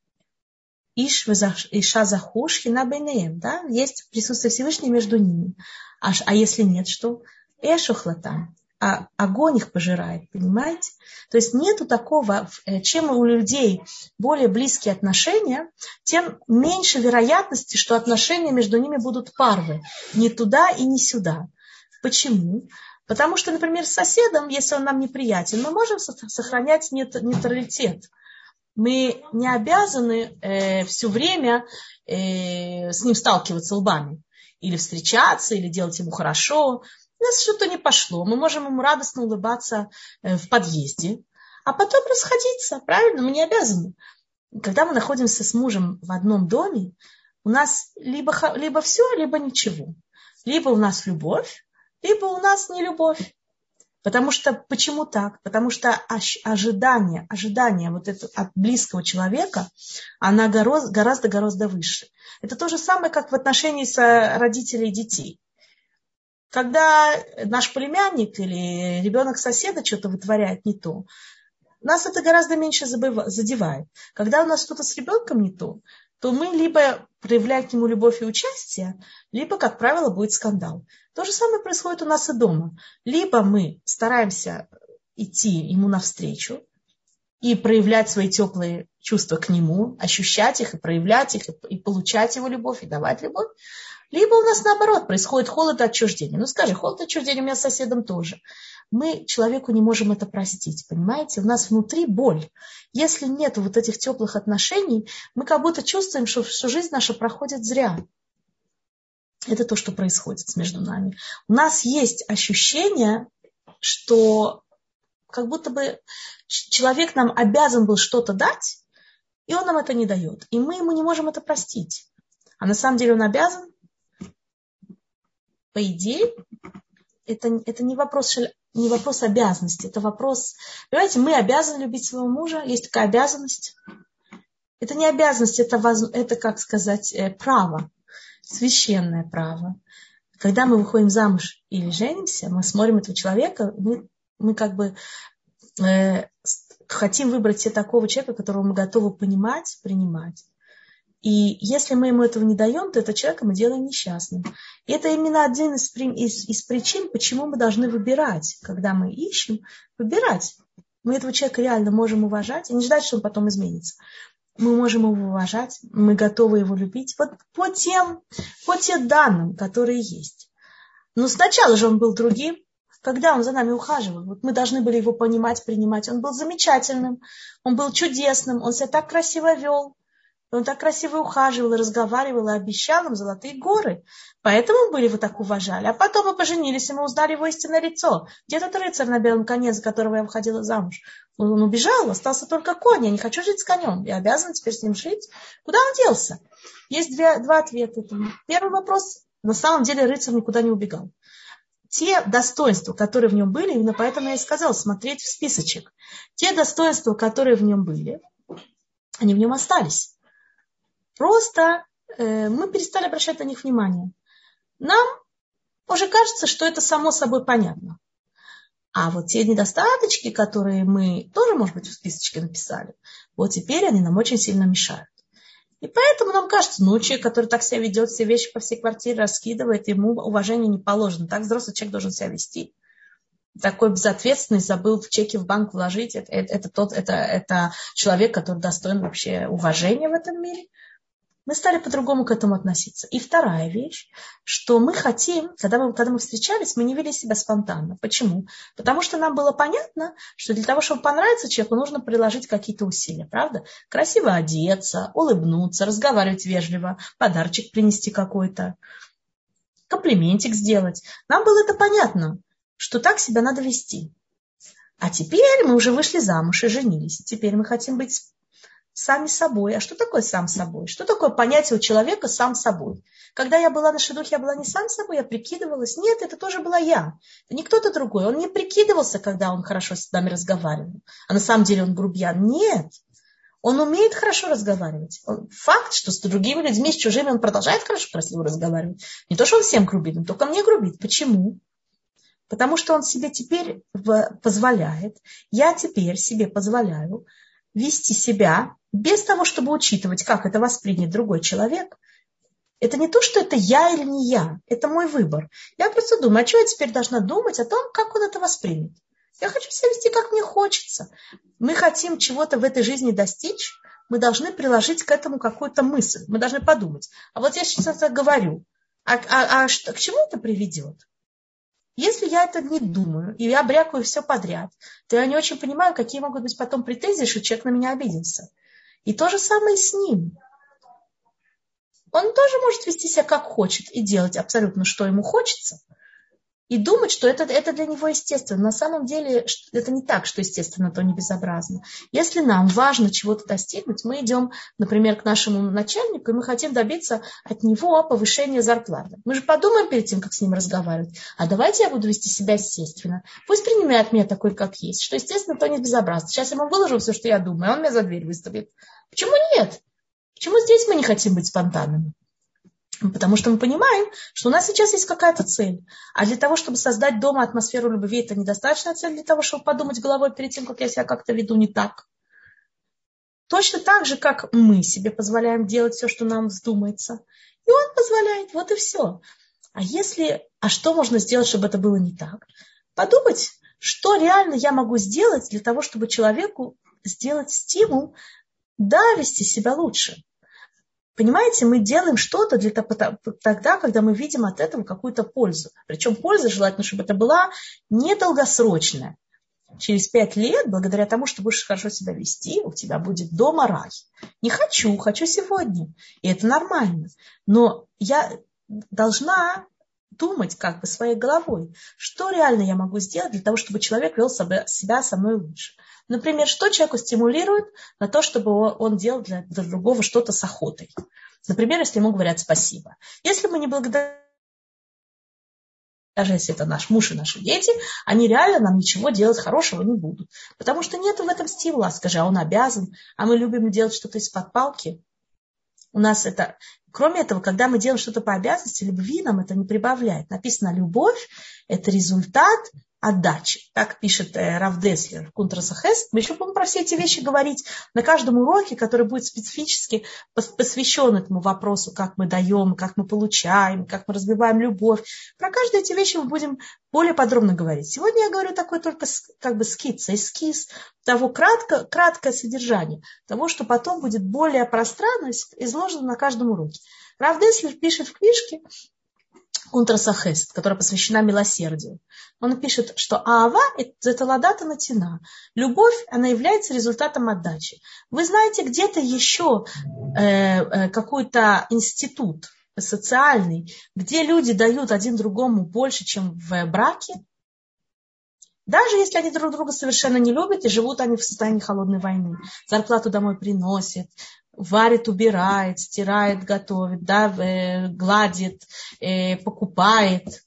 Иш иша захуш хина бейнеем, да? Есть присутствие Всевышнего между ними. А, а если нет, что? Эшухлатам. А огонь их пожирает, понимаете? То есть нету такого, чем у людей более близкие отношения, тем меньше вероятности, что отношения между ними будут парвы. Ни туда и ни сюда. Почему? Потому что, например, с соседом, если он нам неприятен, мы можем сохранять нейтралитет. Мы не обязаны э, все время э, с ним сталкиваться лбами. Или встречаться, или делать ему хорошо. У нас что-то не пошло. Мы можем ему радостно улыбаться в подъезде, а потом расходиться. Правильно? Мы не обязаны. Когда мы находимся с мужем в одном доме, у нас либо, либо все, либо ничего. Либо у нас любовь, либо у нас не любовь. Потому что, почему так? Потому что ожидание, ожидание вот это от близкого человека, она гораздо-гораздо выше. Это то же самое, как в отношении с родителей и детей. Когда наш племянник или ребенок соседа что-то вытворяет не то, нас это гораздо меньше задевает. Когда у нас что-то с ребенком не то, то мы либо проявляем к нему любовь и участие, либо, как правило, будет скандал. То же самое происходит у нас и дома. Либо мы стараемся идти ему навстречу и проявлять свои теплые чувства к нему, ощущать их и проявлять их, и получать его любовь, и давать любовь. Либо у нас наоборот происходит холод и отчуждение. Ну скажи, холод и отчуждение у меня с соседом тоже. Мы человеку не можем это простить, понимаете? У нас внутри боль. Если нет вот этих теплых отношений, мы как будто чувствуем, что, что жизнь наша проходит зря. Это то, что происходит между нами. У нас есть ощущение, что как будто бы человек нам обязан был что-то дать, и он нам это не дает. И мы ему не можем это простить. А на самом деле он обязан. По идее, это, это не, вопрос, не вопрос обязанности, это вопрос... Понимаете, мы обязаны любить своего мужа, есть такая обязанность. Это не обязанность, это, это как сказать, право, священное право. Когда мы выходим замуж или женимся, мы смотрим этого человека, мы, мы как бы э, хотим выбрать себе такого человека, которого мы готовы понимать, принимать. И если мы ему этого не даем, то этого человека мы делаем несчастным. И это именно один из, из, из причин, почему мы должны выбирать, когда мы ищем, выбирать. Мы этого человека реально можем уважать и не ждать, что он потом изменится. Мы можем его уважать, мы готовы его любить вот по тем, по тем данным, которые есть. Но сначала же он был другим, когда он за нами ухаживал. Вот мы должны были его понимать, принимать. Он был замечательным, он был чудесным, он себя так красиво вел. Он так красиво ухаживал, разговаривал и обещал нам золотые горы. Поэтому мы его так уважали. А потом мы поженились, и мы узнали его истинное лицо. Где тот рыцарь на белом коне, за которого я выходила замуж? Он убежал, остался только конь. Я не хочу жить с конем. Я обязана теперь с ним жить. Куда он делся? Есть две, два ответа этому. Первый вопрос на самом деле рыцарь никуда не убегал. Те достоинства, которые в нем были, именно поэтому я и сказала, смотреть в списочек. Те достоинства, которые в нем были, они в нем остались. Просто э, мы перестали обращать на них внимание. Нам уже кажется, что это само собой понятно. А вот те недостаточки, которые мы тоже, может быть, в списочке написали, вот теперь они нам очень сильно мешают. И поэтому нам кажется, ну, человек, который так себя ведет, все вещи по всей квартире раскидывает, ему уважение не положено. Так взрослый человек должен себя вести. Такой безответственный, забыл в чеки в банк вложить. Это, это, это, тот, это, это человек, который достоин вообще уважения в этом мире. Мы стали по-другому к этому относиться. И вторая вещь, что мы хотим, когда мы, когда мы встречались, мы не вели себя спонтанно. Почему? Потому что нам было понятно, что для того, чтобы понравиться человеку, нужно приложить какие-то усилия, правда? Красиво одеться, улыбнуться, разговаривать вежливо, подарочек принести какой-то, комплиментик сделать. Нам было это понятно, что так себя надо вести. А теперь мы уже вышли замуж и женились. Теперь мы хотим быть сами собой. А что такое сам собой? Что такое понятие у человека сам собой? Когда я была на шидухе, я была не сам собой, я прикидывалась. Нет, это тоже была я. Это не кто-то другой. Он не прикидывался, когда он хорошо с нами разговаривал. А на самом деле он грубиян. Нет. Он умеет хорошо разговаривать. Он, факт, что с другими людьми, с чужими он продолжает хорошо, красиво разговаривать. Не то, что он всем грубит, он только мне грубит. Почему? Потому что он себе теперь позволяет, я теперь себе позволяю вести себя без того, чтобы учитывать, как это воспринят другой человек. Это не то, что это я или не я. Это мой выбор. Я просто думаю, а что я теперь должна думать о том, как он это воспримет? Я хочу себя вести, как мне хочется. Мы хотим чего-то в этой жизни достичь, мы должны приложить к этому какую-то мысль. Мы должны подумать. А вот я сейчас это говорю. А, а, а что, к чему это приведет? Если я это не думаю, и я брякаю все подряд, то я не очень понимаю, какие могут быть потом претензии, что человек на меня обиделся. И то же самое с ним. Он тоже может вести себя как хочет и делать абсолютно, что ему хочется, и думать, что это, это для него естественно. На самом деле это не так, что естественно, то не безобразно. Если нам важно чего-то достигнуть, мы идем, например, к нашему начальнику, и мы хотим добиться от него повышения зарплаты. Мы же подумаем перед тем, как с ним разговаривать. А давайте я буду вести себя естественно. Пусть принимает меня такой, как есть. Что естественно, то не безобразно. Сейчас я ему выложу все, что я думаю, а он меня за дверь выставит. Почему нет? Почему здесь мы не хотим быть спонтанными? Потому что мы понимаем, что у нас сейчас есть какая-то цель. А для того, чтобы создать дома атмосферу любви, это недостаточная цель для того, чтобы подумать головой перед тем, как я себя как-то веду не так. Точно так же, как мы себе позволяем делать все, что нам вздумается. И он позволяет, вот и все. А если, а что можно сделать, чтобы это было не так? Подумать, что реально я могу сделать для того, чтобы человеку сделать стимул, да, вести себя лучше. Понимаете, мы делаем что-то для того, тогда, когда мы видим от этого какую-то пользу. Причем польза желательно, чтобы это была недолгосрочная. Через пять лет, благодаря тому, что будешь хорошо себя вести, у тебя будет дома рай. Не хочу, хочу сегодня. И это нормально. Но я должна думать как бы своей головой, что реально я могу сделать для того, чтобы человек вел себя со мной лучше. Например, что человеку стимулирует на то, чтобы он делал для, для другого что-то с охотой. Например, если ему говорят спасибо. Если мы не благодарим, даже если это наш муж и наши дети, они реально нам ничего делать хорошего не будут. Потому что нет в этом стимула. Скажи, а он обязан, а мы любим делать что-то из-под палки. У нас это... Кроме этого, когда мы делаем что-то по обязанности, любви нам это не прибавляет. Написано, любовь – это результат отдачи. Так пишет э, Рав Деслер в Кунтрас ха-Хесед. Мы еще будем про все эти вещи говорить на каждом уроке, который будет специфически посвящен этому вопросу, как мы даем, как мы получаем, как мы развиваем любовь. Про каждые эти вещи мы будем более подробно говорить. Сегодня я говорю такой только как бы скица, эскиз того кратко, краткое содержание, того, что потом будет более пространно изложено на каждом уроке. Рав Деслер пишет в книжке Кунтрас ха-Хесед, которая посвящена милосердию. Он пишет, что аава – это ладата натина. Любовь, она является результатом отдачи. Вы знаете где-то еще э, э, какой-то институт социальный, где люди дают один другому больше, чем в браке? Даже если они друг друга совершенно не любят и живут они в состоянии холодной войны. Зарплату домой приносят, варит, убирает, стирает, готовит, да, э, гладит, э, покупает,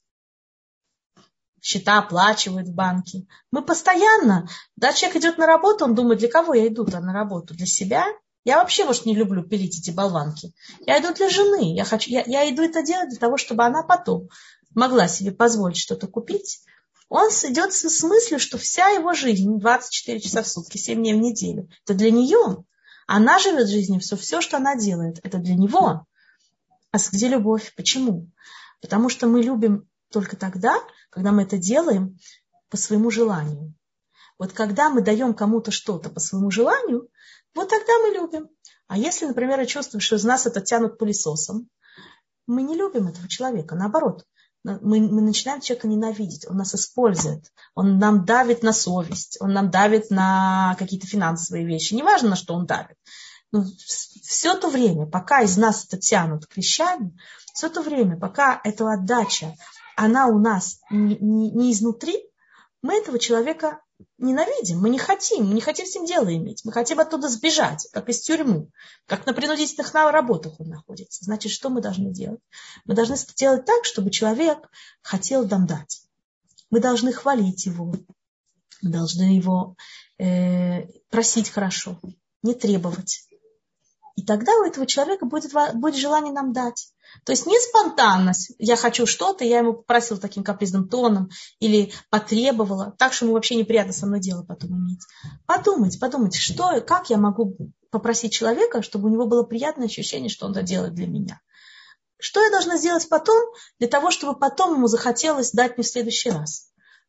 счета оплачивает в банке. Мы постоянно, да, человек идет на работу, он думает, для кого я иду-то на работу? Для себя? Я вообще, может, не люблю пилить эти болванки. Я иду для жены. Я, хочу, я, я иду это делать для того, чтобы она потом могла себе позволить что-то купить. Он идет с мыслью, что вся его жизнь, двадцать четыре часа в сутки, семь дней в неделю, это для нее. Она живет жизнью, все, все, что она делает, это для него. А где любовь? Почему? Потому что мы любим только тогда, когда мы это делаем по своему желанию. Вот когда мы даем кому-то что-то по своему желанию, вот тогда мы любим. А если, например, я чувствую, что из нас это тянут пылесосом, мы не любим этого человека. Наоборот, мы, мы начинаем человека ненавидеть. Он нас использует. Он нам давит на совесть. Он нам давит на какие-то финансовые вещи. Неважно, на что он давит. Но все то время, пока из нас это тянут клещами, все то время, пока эта отдача, она у нас не, не, не изнутри, мы этого человека ненавидим, мы не хотим, мы не хотим с ним дело иметь, мы хотим оттуда сбежать, как из тюрьмы, как на принудительных работах он находится. Значит, что мы должны делать? Мы должны сделать так, чтобы человек хотел нам дать. Мы должны хвалить его, мы должны его э, просить хорошо, не требовать. И тогда у этого человека будет, будет желание нам дать. То есть не спонтанность, я хочу что-то, я ему попросила таким капризным тоном или потребовала, так что ему вообще неприятно со мной дело потом иметь. Подумать, подумать, что, как я могу попросить человека, чтобы у него было приятное ощущение, что он это делает для меня. Что я должна сделать потом, для того, чтобы потом ему захотелось дать мне в следующий раз.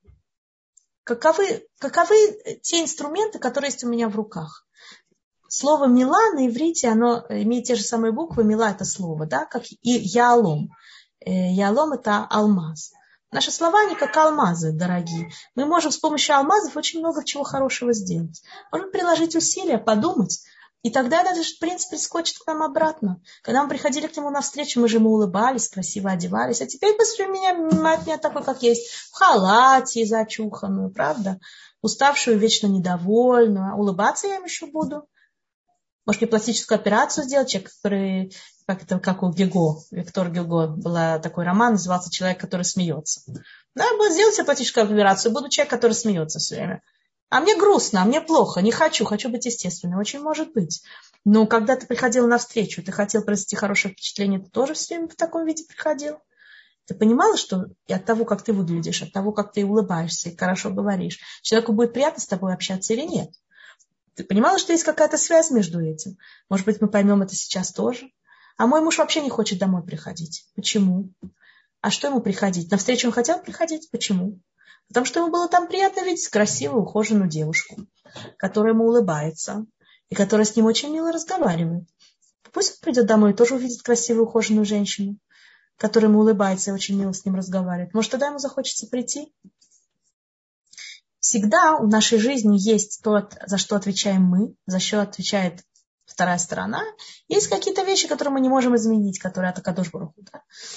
Каковы, каковы те инструменты, которые есть у меня в руках? Слово «мила» на иврите, оно имеет те же самые буквы. «Мила» – это слово, да, как и «яалом». «Яалом» – это алмаз. Наши слова, они как алмазы, дорогие. Мы можем с помощью алмазов очень много чего хорошего сделать. Можем приложить усилия, подумать. И тогда этот принц прискочит к нам обратно. Когда мы приходили к нему навстречу, мы же ему улыбались, красиво одевались. А теперь после меня принимает меня такой, как есть, в халате зачуханную, правда? Уставшую, вечно недовольную. А улыбаться я им еще буду. Может, мне пластическую операцию сделать, человек, который, как это, как у Гюго, Виктор Гюго, был такой роман, назывался «Человек, который смеется». Да, буду сделать себе пластическую операцию, буду человек, который смеется все время. А мне грустно, а мне плохо, не хочу, хочу быть естественной. Очень может быть. Но когда ты приходил навстречу, ты хотел произвести хорошее впечатление, ты тоже все время в таком виде приходил. Ты понимала, что и от того, как ты выглядишь, от того, как ты улыбаешься и хорошо говоришь, человеку будет приятно с тобой общаться или нет? Ты понимала, что есть какая-то связь между этим? Может быть, мы поймем это сейчас тоже? А мой муж вообще не хочет домой приходить. Почему? А что ему приходить? На встречу он хотел приходить? Почему? Потому что ему было там приятно видеть красивую, ухоженную девушку, которая ему улыбается и которая с ним очень мило разговаривает. Пусть он придет домой и тоже увидит красивую, ухоженную женщину, которая ему улыбается и очень мило с ним разговаривает. Может, тогда ему захочется прийти? Всегда в нашей жизни есть то, за что отвечаем мы, за что отвечает вторая сторона. Есть какие-то вещи, которые мы не можем изменить, которые от Акадош Барух Ху.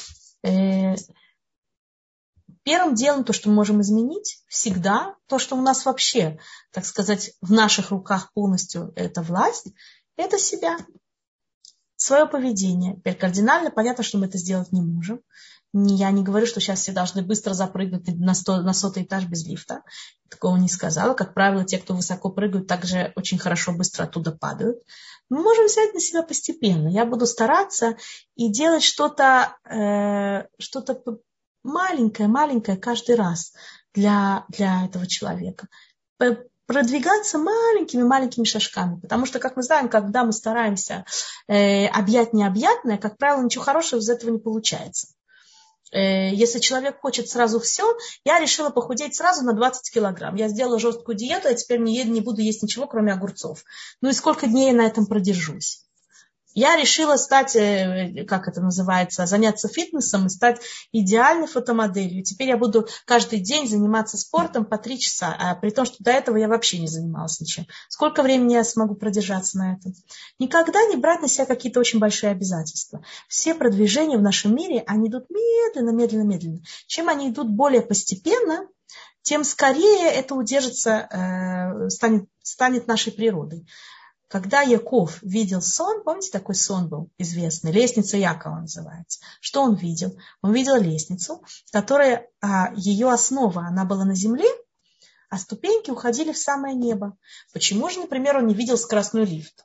Первым делом, то, что мы можем изменить, всегда то, что у нас вообще, так сказать, в наших руках полностью это власть, это себя, свое поведение. Теперь кардинально понятно, что мы это сделать не можем. Я не говорю, что сейчас все должны быстро запрыгнуть на, сто, на сотый этаж без лифта. Такого не сказала. Как правило, те, кто высоко прыгают, также очень хорошо быстро оттуда падают. Мы можем взять на себя постепенно. Я буду стараться и делать что-то, э, что-то маленькое-маленькое каждый раз для, для этого человека. Продвигаться маленькими-маленькими шажками. Потому что, как мы знаем, когда мы стараемся э, объять необъятное, как правило, ничего хорошего из этого не получается. Если человек хочет сразу все, я решила похудеть сразу на двадцать килограмм. Я сделала жесткую диету, а теперь не, не буду есть ничего, кроме огурцов. Ну и сколько дней я на этом продержусь? Я решила стать, как это называется, заняться фитнесом и стать идеальной фотомоделью. Теперь я буду каждый день заниматься спортом по три часа, а при том, что до этого я вообще не занималась ничем. Сколько времени я смогу продержаться на этом? Никогда не брать на себя какие-то очень большие обязательства. Все продвижения в нашем мире, они идут медленно, медленно, медленно. Чем они идут более постепенно, тем скорее это удержится, станет, станет нашей природой. когда Яков видел сон, помните, такой сон был известный, лестница Якова называется. Что он видел? Он видел лестницу, которая, а, ее основа, она была на земле, а ступеньки уходили в самое небо. Почему же, например, он не видел скоростной лифт?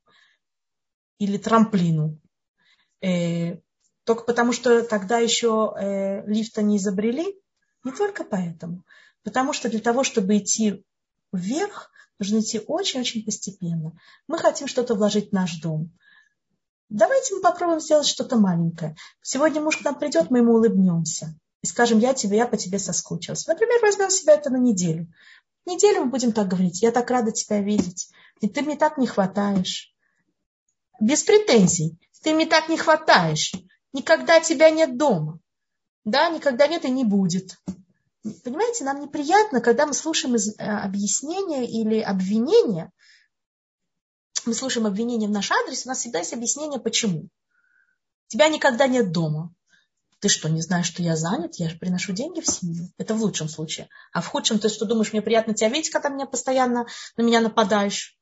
Или трамплину? Э, только потому, что тогда еще э, лифта не изобрели? Не только поэтому. Потому что для того, чтобы идти вверх, нужно идти очень-очень постепенно. Мы хотим что-то вложить в наш дом. Давайте мы попробуем сделать что-то маленькое. Сегодня муж к нам придет, мы ему улыбнемся. И скажем, я тебе, я по тебе соскучилась. Например, возьмем себя это на неделю. Неделю мы будем так говорить. Я так рада тебя видеть. И ты мне так не хватаешь. Без претензий. Ты мне так не хватаешь. Никогда тебя нет дома. Да, никогда нет и не будет. Понимаете, нам неприятно, когда мы слушаем объяснения или обвинения. Мы слушаем обвинения в наш адрес, у нас всегда есть объяснение, почему. Тебя никогда нет дома. Ты что, не знаешь, что я занят? Я же приношу деньги в семью. Это в лучшем случае. А в худшем, ты что думаешь, мне приятно тебя видеть, когда меня постоянно на меня нападаешь?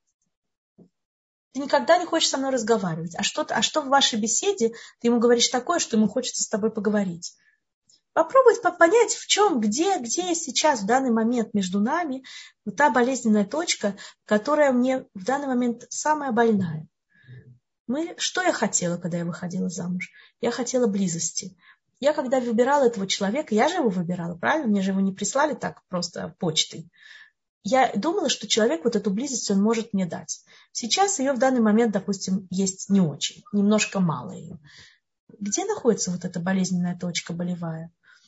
Ты никогда не хочешь со мной разговаривать. А что, а что в вашей беседе ты ему говоришь такое, что ему хочется с тобой поговорить? Попробовать понять, в чем, где, где сейчас в данный момент между нами вот та болезненная точка, которая мне в данный момент самая больная. Мы, что я хотела, когда я выходила замуж? Я хотела близости. Я когда выбирала этого человека, я же его выбирала, правильно? Мне же его не прислали так просто почтой. Я думала, что человек вот эту близость он может мне дать. Сейчас ее в данный момент, допустим, есть не очень, немножко мало ее. Где находится вот эта болезненная точка болевая?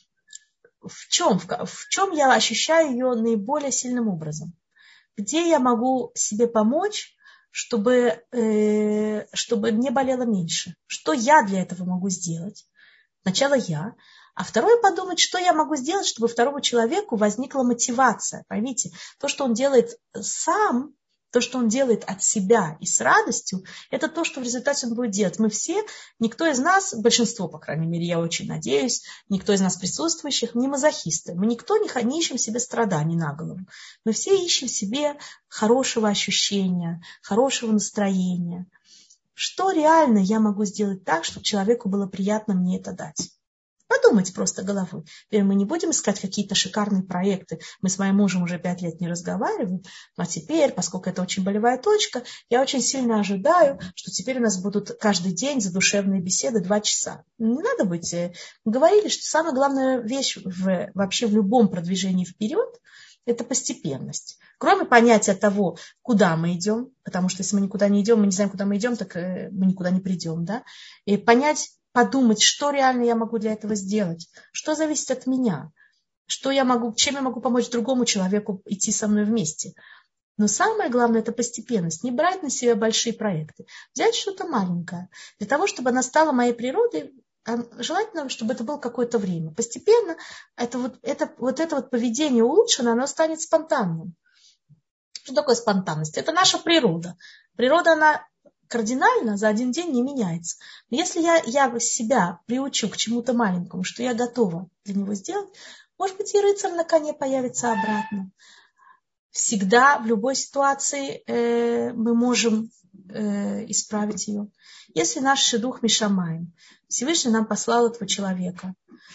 В чем, в, в чем я ощущаю ее наиболее сильным образом? Где я могу себе помочь, чтобы, э, чтобы не болело меньше? Что я для этого могу сделать? Сначала я. А второе подумать, что я могу сделать, чтобы второму человеку возникла мотивация. Поймите, то, что он делает сам, то, что он делает от себя и с радостью, это то, что в результате он будет делать. Мы все, никто из нас, большинство, по крайней мере, я очень надеюсь, никто из нас присутствующих не мазохисты. Мы никто не, не ищем себе страданий на голову. Мы все ищем себе хорошего ощущения, хорошего настроения. Что реально я могу сделать так, чтобы человеку было приятно мне это дать? Подумать просто головой. Теперь мы не будем искать какие-то шикарные проекты. Мы с моим мужем уже пять лет не разговариваем. А теперь, поскольку это очень болевая точка, я очень сильно ожидаю, что теперь у нас будут каждый день задушевные беседы два часа. Не надо быть. Мы говорили, что самая главная вещь в, вообще в любом продвижении вперед – это постепенность. Кроме понятия того, куда мы идем, потому что если мы никуда не идем, мы не знаем, куда мы идем, так мы никуда не придем. Да? И понять, подумать, что реально я могу для этого сделать, что зависит от меня, что я могу, чем я могу помочь другому человеку идти со мной вместе. Но самое главное – это постепенность, не брать на себя большие проекты, взять что-то маленькое, для того, чтобы она стала моей природой, желательно, чтобы это было какое-то время. Постепенно это вот это, вот это вот поведение улучшено, оно станет спонтанным. Что такое спонтанность? Это наша природа. Природа, она кардинально за один день не меняется. Но если я, я себя приучу к чему-то маленькому, что я готова для него сделать, может быть, и рыцарь на коне появится обратно. Всегда, в любой ситуации э, мы можем э, исправить ее. Если наш шидух мишамаим, Всевышний нам послал этого человека,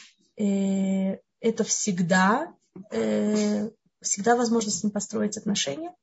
э, это всегда, э, всегда возможно с ним построить отношения.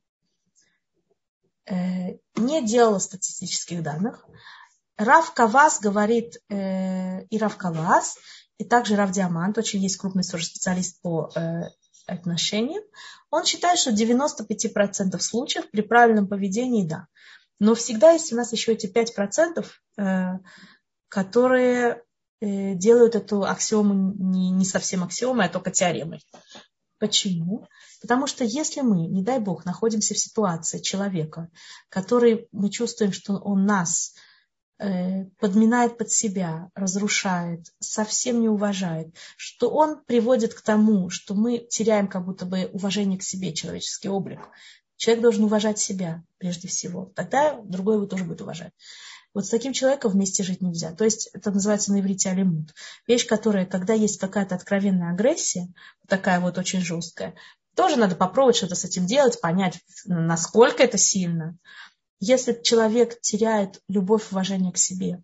Не делала статистических данных. Рав Кавас говорит, э, и Рав Кавас, и также Рав Диамант, очень есть крупный тоже специалист по э, отношениям, он считает, что в девяноста пяти процентах случаев при правильном поведении да. Но всегда есть у нас еще эти пять процентов, э, которые э, делают эту аксиому не, не совсем аксиомой, а только теоремой. Почему? Потому что если мы, не дай Бог, находимся в ситуации человека, который мы чувствуем, что он нас э, подминает под себя, разрушает, совсем не уважает, что он приводит к тому, что мы теряем как будто бы уважение к себе, человеческий облик. Человек должен уважать себя прежде всего. Тогда другой его тоже будет уважать. Вот с таким человеком вместе жить нельзя. То есть это называется на иврите алимут. Вещь, которая, когда есть какая-то откровенная агрессия, такая вот очень жесткая, тоже надо попробовать что-то с этим делать, понять, насколько это сильно. Если человек теряет любовь, уважение к себе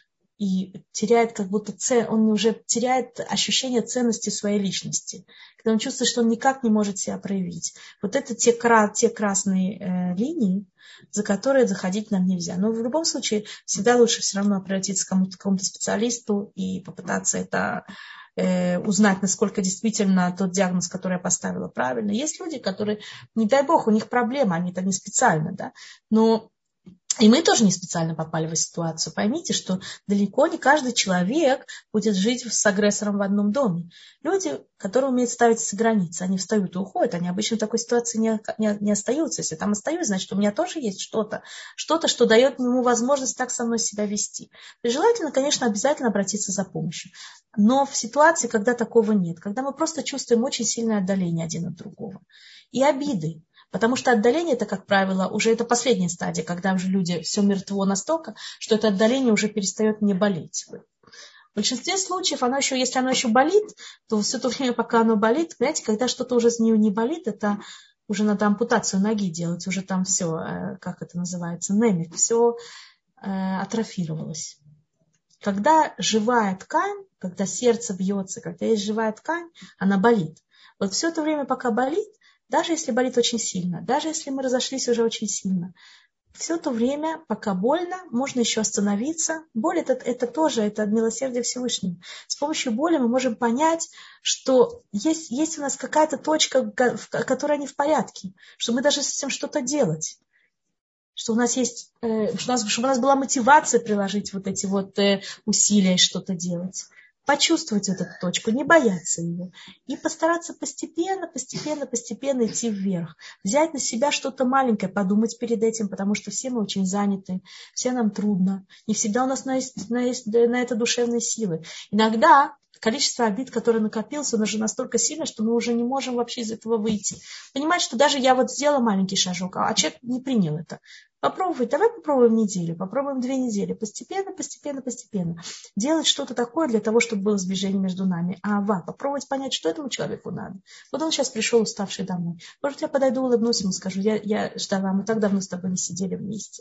и теряет как будто цен, он уже теряет ощущение ценности своей личности, когда он чувствует, что он никак не может себя проявить. Вот это те, те красные э, линии, за которые заходить нам нельзя. Но в любом случае всегда лучше все равно обратиться к кому-то, к какому-то специалисту и попытаться это э, узнать, насколько действительно тот диагноз, который я поставила, правильно. Есть люди, которые, не дай бог, у них проблема, они это не специально, да, но и мы тоже не специально попали в эту ситуацию. Поймите, что далеко не каждый человек будет жить с агрессором в одном доме. Люди, которые умеют ставить границы, они встают и уходят. Они обычно в такой ситуации не, не, не остаются. Если там остаются, значит, у меня тоже есть что-то, что-то, что дает ему возможность так со мной себя вести. И желательно, конечно, обязательно обратиться за помощью. Но в ситуации, когда такого нет, когда мы просто чувствуем очень сильное отдаление один от другого и обиды, потому что отдаление, это, как правило, уже это последняя стадия, когда уже люди все мертво настолько, что это отдаление уже перестает не болеть. В большинстве случаев, оно еще, если оно еще болит, то все то время, пока оно болит, понимаете, когда что-то уже с нее не болит, это уже надо ампутацию ноги делать, уже там все, как это называется, немик, все э, атрофировалось. Когда живая ткань, когда сердце бьется, когда есть живая ткань, она болит. Вот все то время, пока болит, даже если болит очень сильно, даже если мы разошлись уже очень сильно, все то время, пока больно, можно еще остановиться. Боль это, это тоже, это милосердие Всевышнего. С помощью боли мы можем понять, что есть, есть у нас какая-то точка, которая не в порядке, что мы должны с этим что-то делать. Что у нас есть, э, что у нас, чтобы у нас была мотивация приложить вот эти вот э, усилия и что-то делать. Почувствовать вот эту точку, не бояться ее. И постараться постепенно, постепенно, постепенно идти вверх. Взять на себя что-то маленькое, подумать перед этим, потому что все мы очень заняты, все нам трудно. Не всегда у нас на, на, на это душевные силы. Иногда количество обид, которое накопилось, оно же настолько сильно, что мы уже не можем вообще из этого выйти. Понимать, что даже я вот сделала маленький шажок, а человек не принял это. Попробуй, давай попробуем неделю, попробуем две недели. Постепенно, постепенно, постепенно. Делать что-то такое для того, чтобы было сближение между нами. А ва, попробовать понять, что этому человеку надо. Вот он сейчас пришел уставший домой. Может, я подойду, улыбнусь ему, скажу, я, я ждала, мы так давно с тобой не сидели вместе.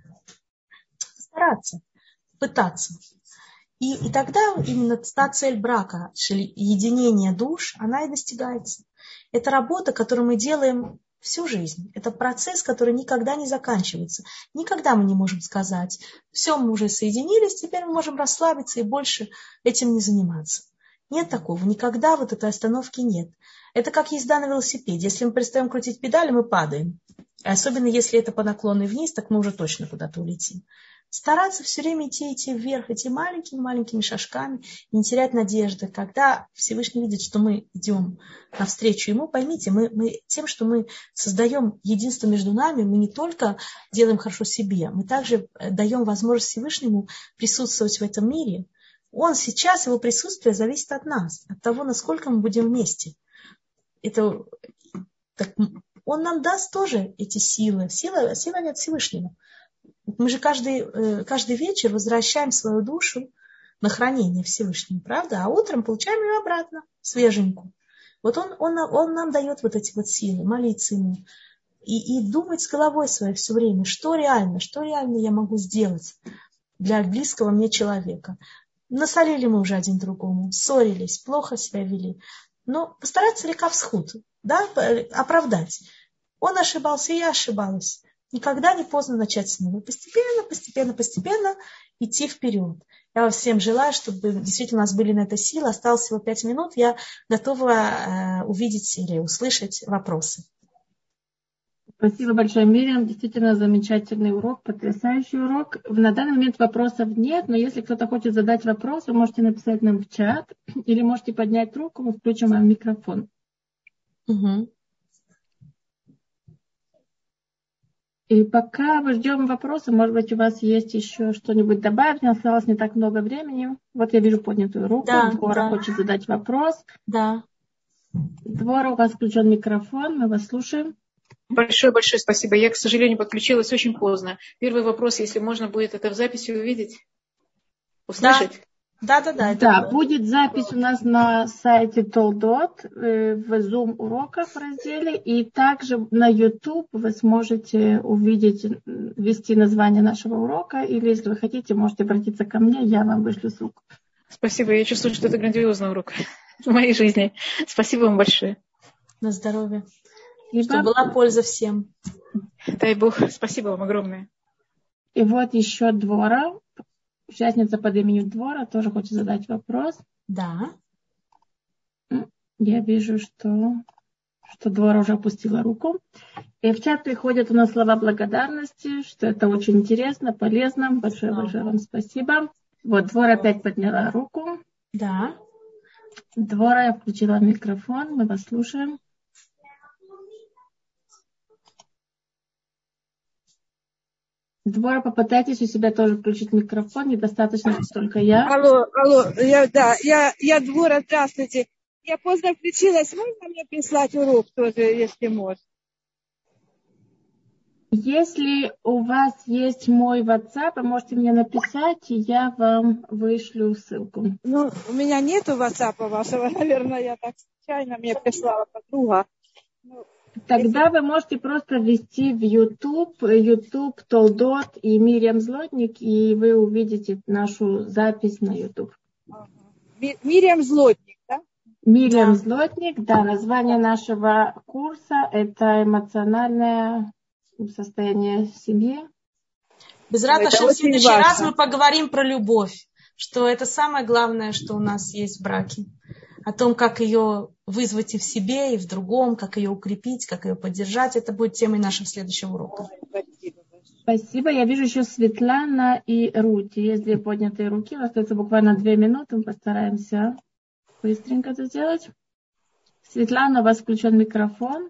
Стараться, пытаться. И, и тогда именно та цель брака, единение душ, она и достигается. Это работа, которую мы делаем всю жизнь. Это процесс, который никогда не заканчивается. Никогда мы не можем сказать, все, мы уже соединились, теперь мы можем расслабиться и больше этим не заниматься. Нет такого. Никогда вот этой остановки нет. Это как езда на велосипеде. Если мы перестаем крутить педали, мы падаем. Особенно если это по наклону вниз, так мы уже точно куда-то улетим. Стараться все время идти, идти вверх, идти маленькими-маленькими шажками, не терять надежды. Когда Всевышний видит, что мы идем навстречу Ему, поймите, мы, мы тем, что мы создаем единство между нами, мы не только делаем хорошо себе, мы также даем возможность Всевышнему присутствовать в этом мире. Он сейчас, его присутствие зависит от нас, от того, насколько мы будем вместе. Это, так, он нам даст тоже эти силы. Сила, сила не от Всевышнего. Мы же каждый, каждый вечер возвращаем свою душу на хранение Всевышнему, правда? А утром получаем ее обратно, свеженькую. Вот он, он, он нам дает вот эти вот силы, молиться ему. И, и думать с головой своей все время, что реально, что реально я могу сделать для близкого мне человека. Насолили мы уже один другому, ссорились, плохо себя вели. Но постараться река всхуд, да, оправдать. Он ошибался, и я ошибалась. Никогда не поздно начать с него. Постепенно, постепенно, постепенно идти вперед. Я вам всем желаю, чтобы действительно у нас были на это силы. Осталось всего пять минут. Я готова э, увидеть или услышать вопросы. Спасибо большое, Мириам. Действительно замечательный урок, потрясающий урок. На данный момент вопросов нет, но если кто-то хочет задать вопрос, вы можете написать нам в чат или можете поднять руку, мы включим вам микрофон. Угу. И пока мы ждем вопроса, может быть, у вас есть еще что-нибудь добавить? У нас осталось не так много времени. Вот я вижу поднятую руку. Да, Двора да. хочет задать вопрос. Да. Двора, у вас включен микрофон, мы вас слушаем. Большое-большое спасибо. Я, к сожалению, подключилась очень поздно. Первый вопрос, если можно будет это в записи увидеть, услышать. Да, да, да. Это Да, будет. будет запись у нас на сайте Толдот э, в Zoom уроках в разделе, и также на YouTube вы сможете увидеть, ввести название нашего урока, или если вы хотите, можете обратиться ко мне, я вам вышлю ссылку. Спасибо, я чувствую, что это грандиозный урок в моей жизни. Спасибо вам большое. На здоровье. Ибо... Чтобы была польза всем. Дай Бог, спасибо вам огромное. И вот еще Двора, участница под именем Двора, тоже хочет задать вопрос. Да. Я вижу, что, что Двора уже опустила руку. И в чат приходят у нас слова благодарности, что это очень интересно, полезно. Большое-большое вам спасибо. Вот Двора опять подняла руку. Да. Двора, я включила микрофон, мы вас слушаем. Двора, попытайтесь у себя тоже включить микрофон, недостаточно, что только я. Алло, алло, я, да, я, я Двора, здравствуйте. Я поздно включилась, можно мне прислать урок тоже, если можно? Если у вас есть мой WhatsApp, вы можете мне написать, и я вам вышлю ссылку. Ну, у меня нету WhatsApp вашего, наверное, я так случайно мне прислала подруга. Ну, Тогда если... вы можете просто ввести в YouTube, YouTube, Толдот и Мириам Злотник, и вы увидите нашу запись на YouTube. Ага. Мириам Злотник, да? Мириам Да. Злотник, да, название нашего курса – это эмоциональное состояние семьи. Без Рата Шем, в очень следующий важно. раз мы поговорим про любовь, что это самое главное, что у нас есть в браке. О том, как ее вызвать и в себе, и в другом, как ее укрепить, как ее поддержать. Это будет темой нашего следующего урока. Спасибо. Спасибо. Я вижу еще Светлана и Рути. Есть две поднятые руки. Остается буквально две минуты. Мы постараемся быстренько это сделать. Светлана, у вас включен микрофон.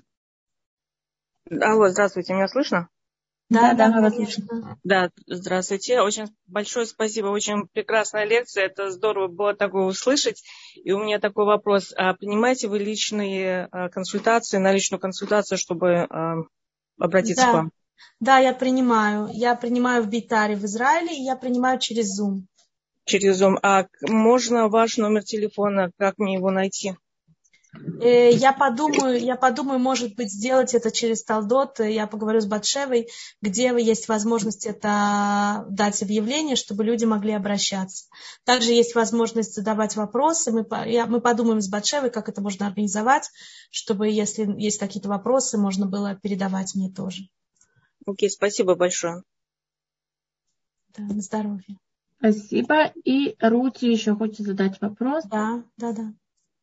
Алло, здравствуйте, меня слышно? Да, Да, да, мы вас конечно. слышим. Да, здравствуйте. Очень большое спасибо, очень прекрасная лекция. Это здорово было такое услышать. И у меня такой вопрос. А принимаете вы личные консультации, на личную консультацию, чтобы обратиться Да. к вам? Да, я принимаю. Я принимаю в Бейтаре в Израиле, и я принимаю через Zoom. Через Zoom. А можно ваш номер телефона, как мне его найти? Я подумаю, я подумаю, может быть, сделать это через Талдот. Я поговорю с Батшевой, где есть возможность это дать объявление, чтобы люди могли обращаться. Также есть возможность задавать вопросы. Мы, я, мы подумаем с Батшевой, как это можно организовать, чтобы, если есть какие-то вопросы, можно было передавать мне тоже. Окей, спасибо большое. Да, на здоровье. Спасибо. И Рути еще хочет задать вопрос. Да, да, да.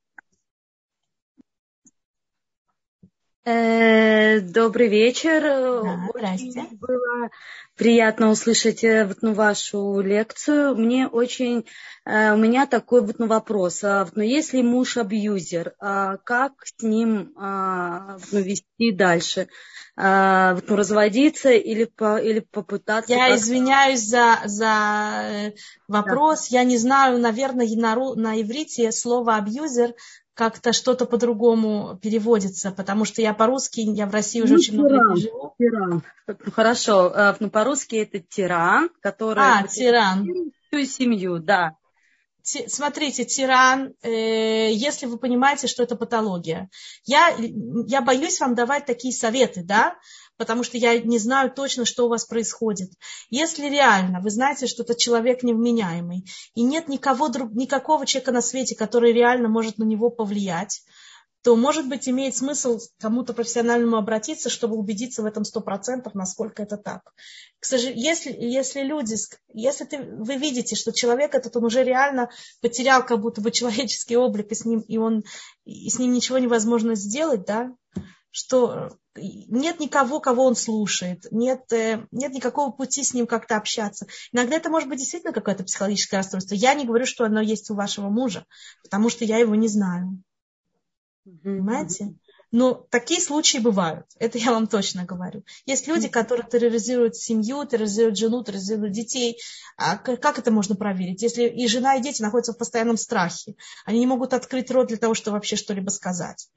Добрый вечер. Да, очень здрасте. было приятно услышать вот, ну, вашу лекцию. Мне очень, у меня такой вот, ну, вопрос. Но если муж абьюзер, как с ним ну, вести дальше? Ну, разводиться или, по, или попытаться... Я как... извиняюсь за, за вопрос. Да. Я не знаю, наверное, на, на иврите слово абьюзер как-то что-то по-другому переводится, потому что я по-русски, я в России уже ну, очень много лет не живу. Тиран. Ну, хорошо, ну, по-русски это тиран, который... А, тиран. Всю семью, да. Ти, смотрите, тиран, э, если вы понимаете, что это патология. Я, я боюсь вам давать такие советы, да, потому что я не знаю точно, что у вас происходит. Если реально вы знаете, что это человек невменяемый, и нет никого, никакого человека на свете, который реально может на него повлиять, то, может быть, имеет смысл кому-то профессиональному обратиться, чтобы убедиться в этом сто процентов, насколько это так. К сожалению, если, если люди, если ты, вы видите, что человек этот, он уже реально потерял как будто бы человеческий облик, и с ним, и он, и с ним ничего невозможно сделать, да, что нет никого, кого он слушает, нет, нет никакого пути с ним как-то общаться. Иногда это может быть действительно какое-то психологическое расстройство. Я не говорю, что оно есть у вашего мужа, потому что я его не знаю. Понимаете? Но такие случаи бывают. Это я вам точно говорю. Есть люди, которые терроризируют семью, терроризируют жену, терроризируют детей. А как это можно проверить? Если и жена, и дети находятся в постоянном страхе. Они не могут открыть рот для того, чтобы вообще что-либо сказать.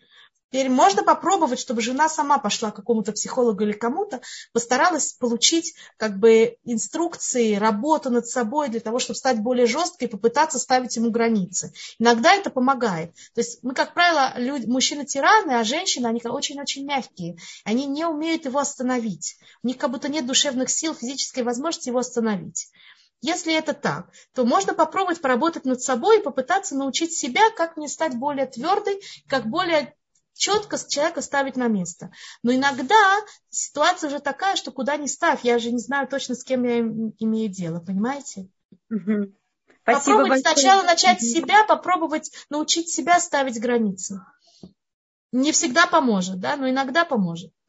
Теперь можно попробовать, чтобы жена сама пошла к какому-то психологу или кому-то, постаралась получить как бы инструкции, работу над собой для того, чтобы стать более жесткой и попытаться ставить ему границы. Иногда это помогает. То есть мы, как правило, люди, мужчины-тираны, а женщины, они очень-очень мягкие. Они не умеют его остановить. У них как будто нет душевных сил, физической возможности его остановить. Если это так, то можно попробовать поработать над собой и попытаться научить себя, как мне стать более твердой, как более четко человека ставить на место. Но иногда ситуация уже такая, что куда ни ставь, я же не знаю точно, с кем я имею дело, понимаете? Угу. Попробовать сначала начать с себя, попробовать научить себя ставить границы. Не всегда поможет, да, но иногда поможет.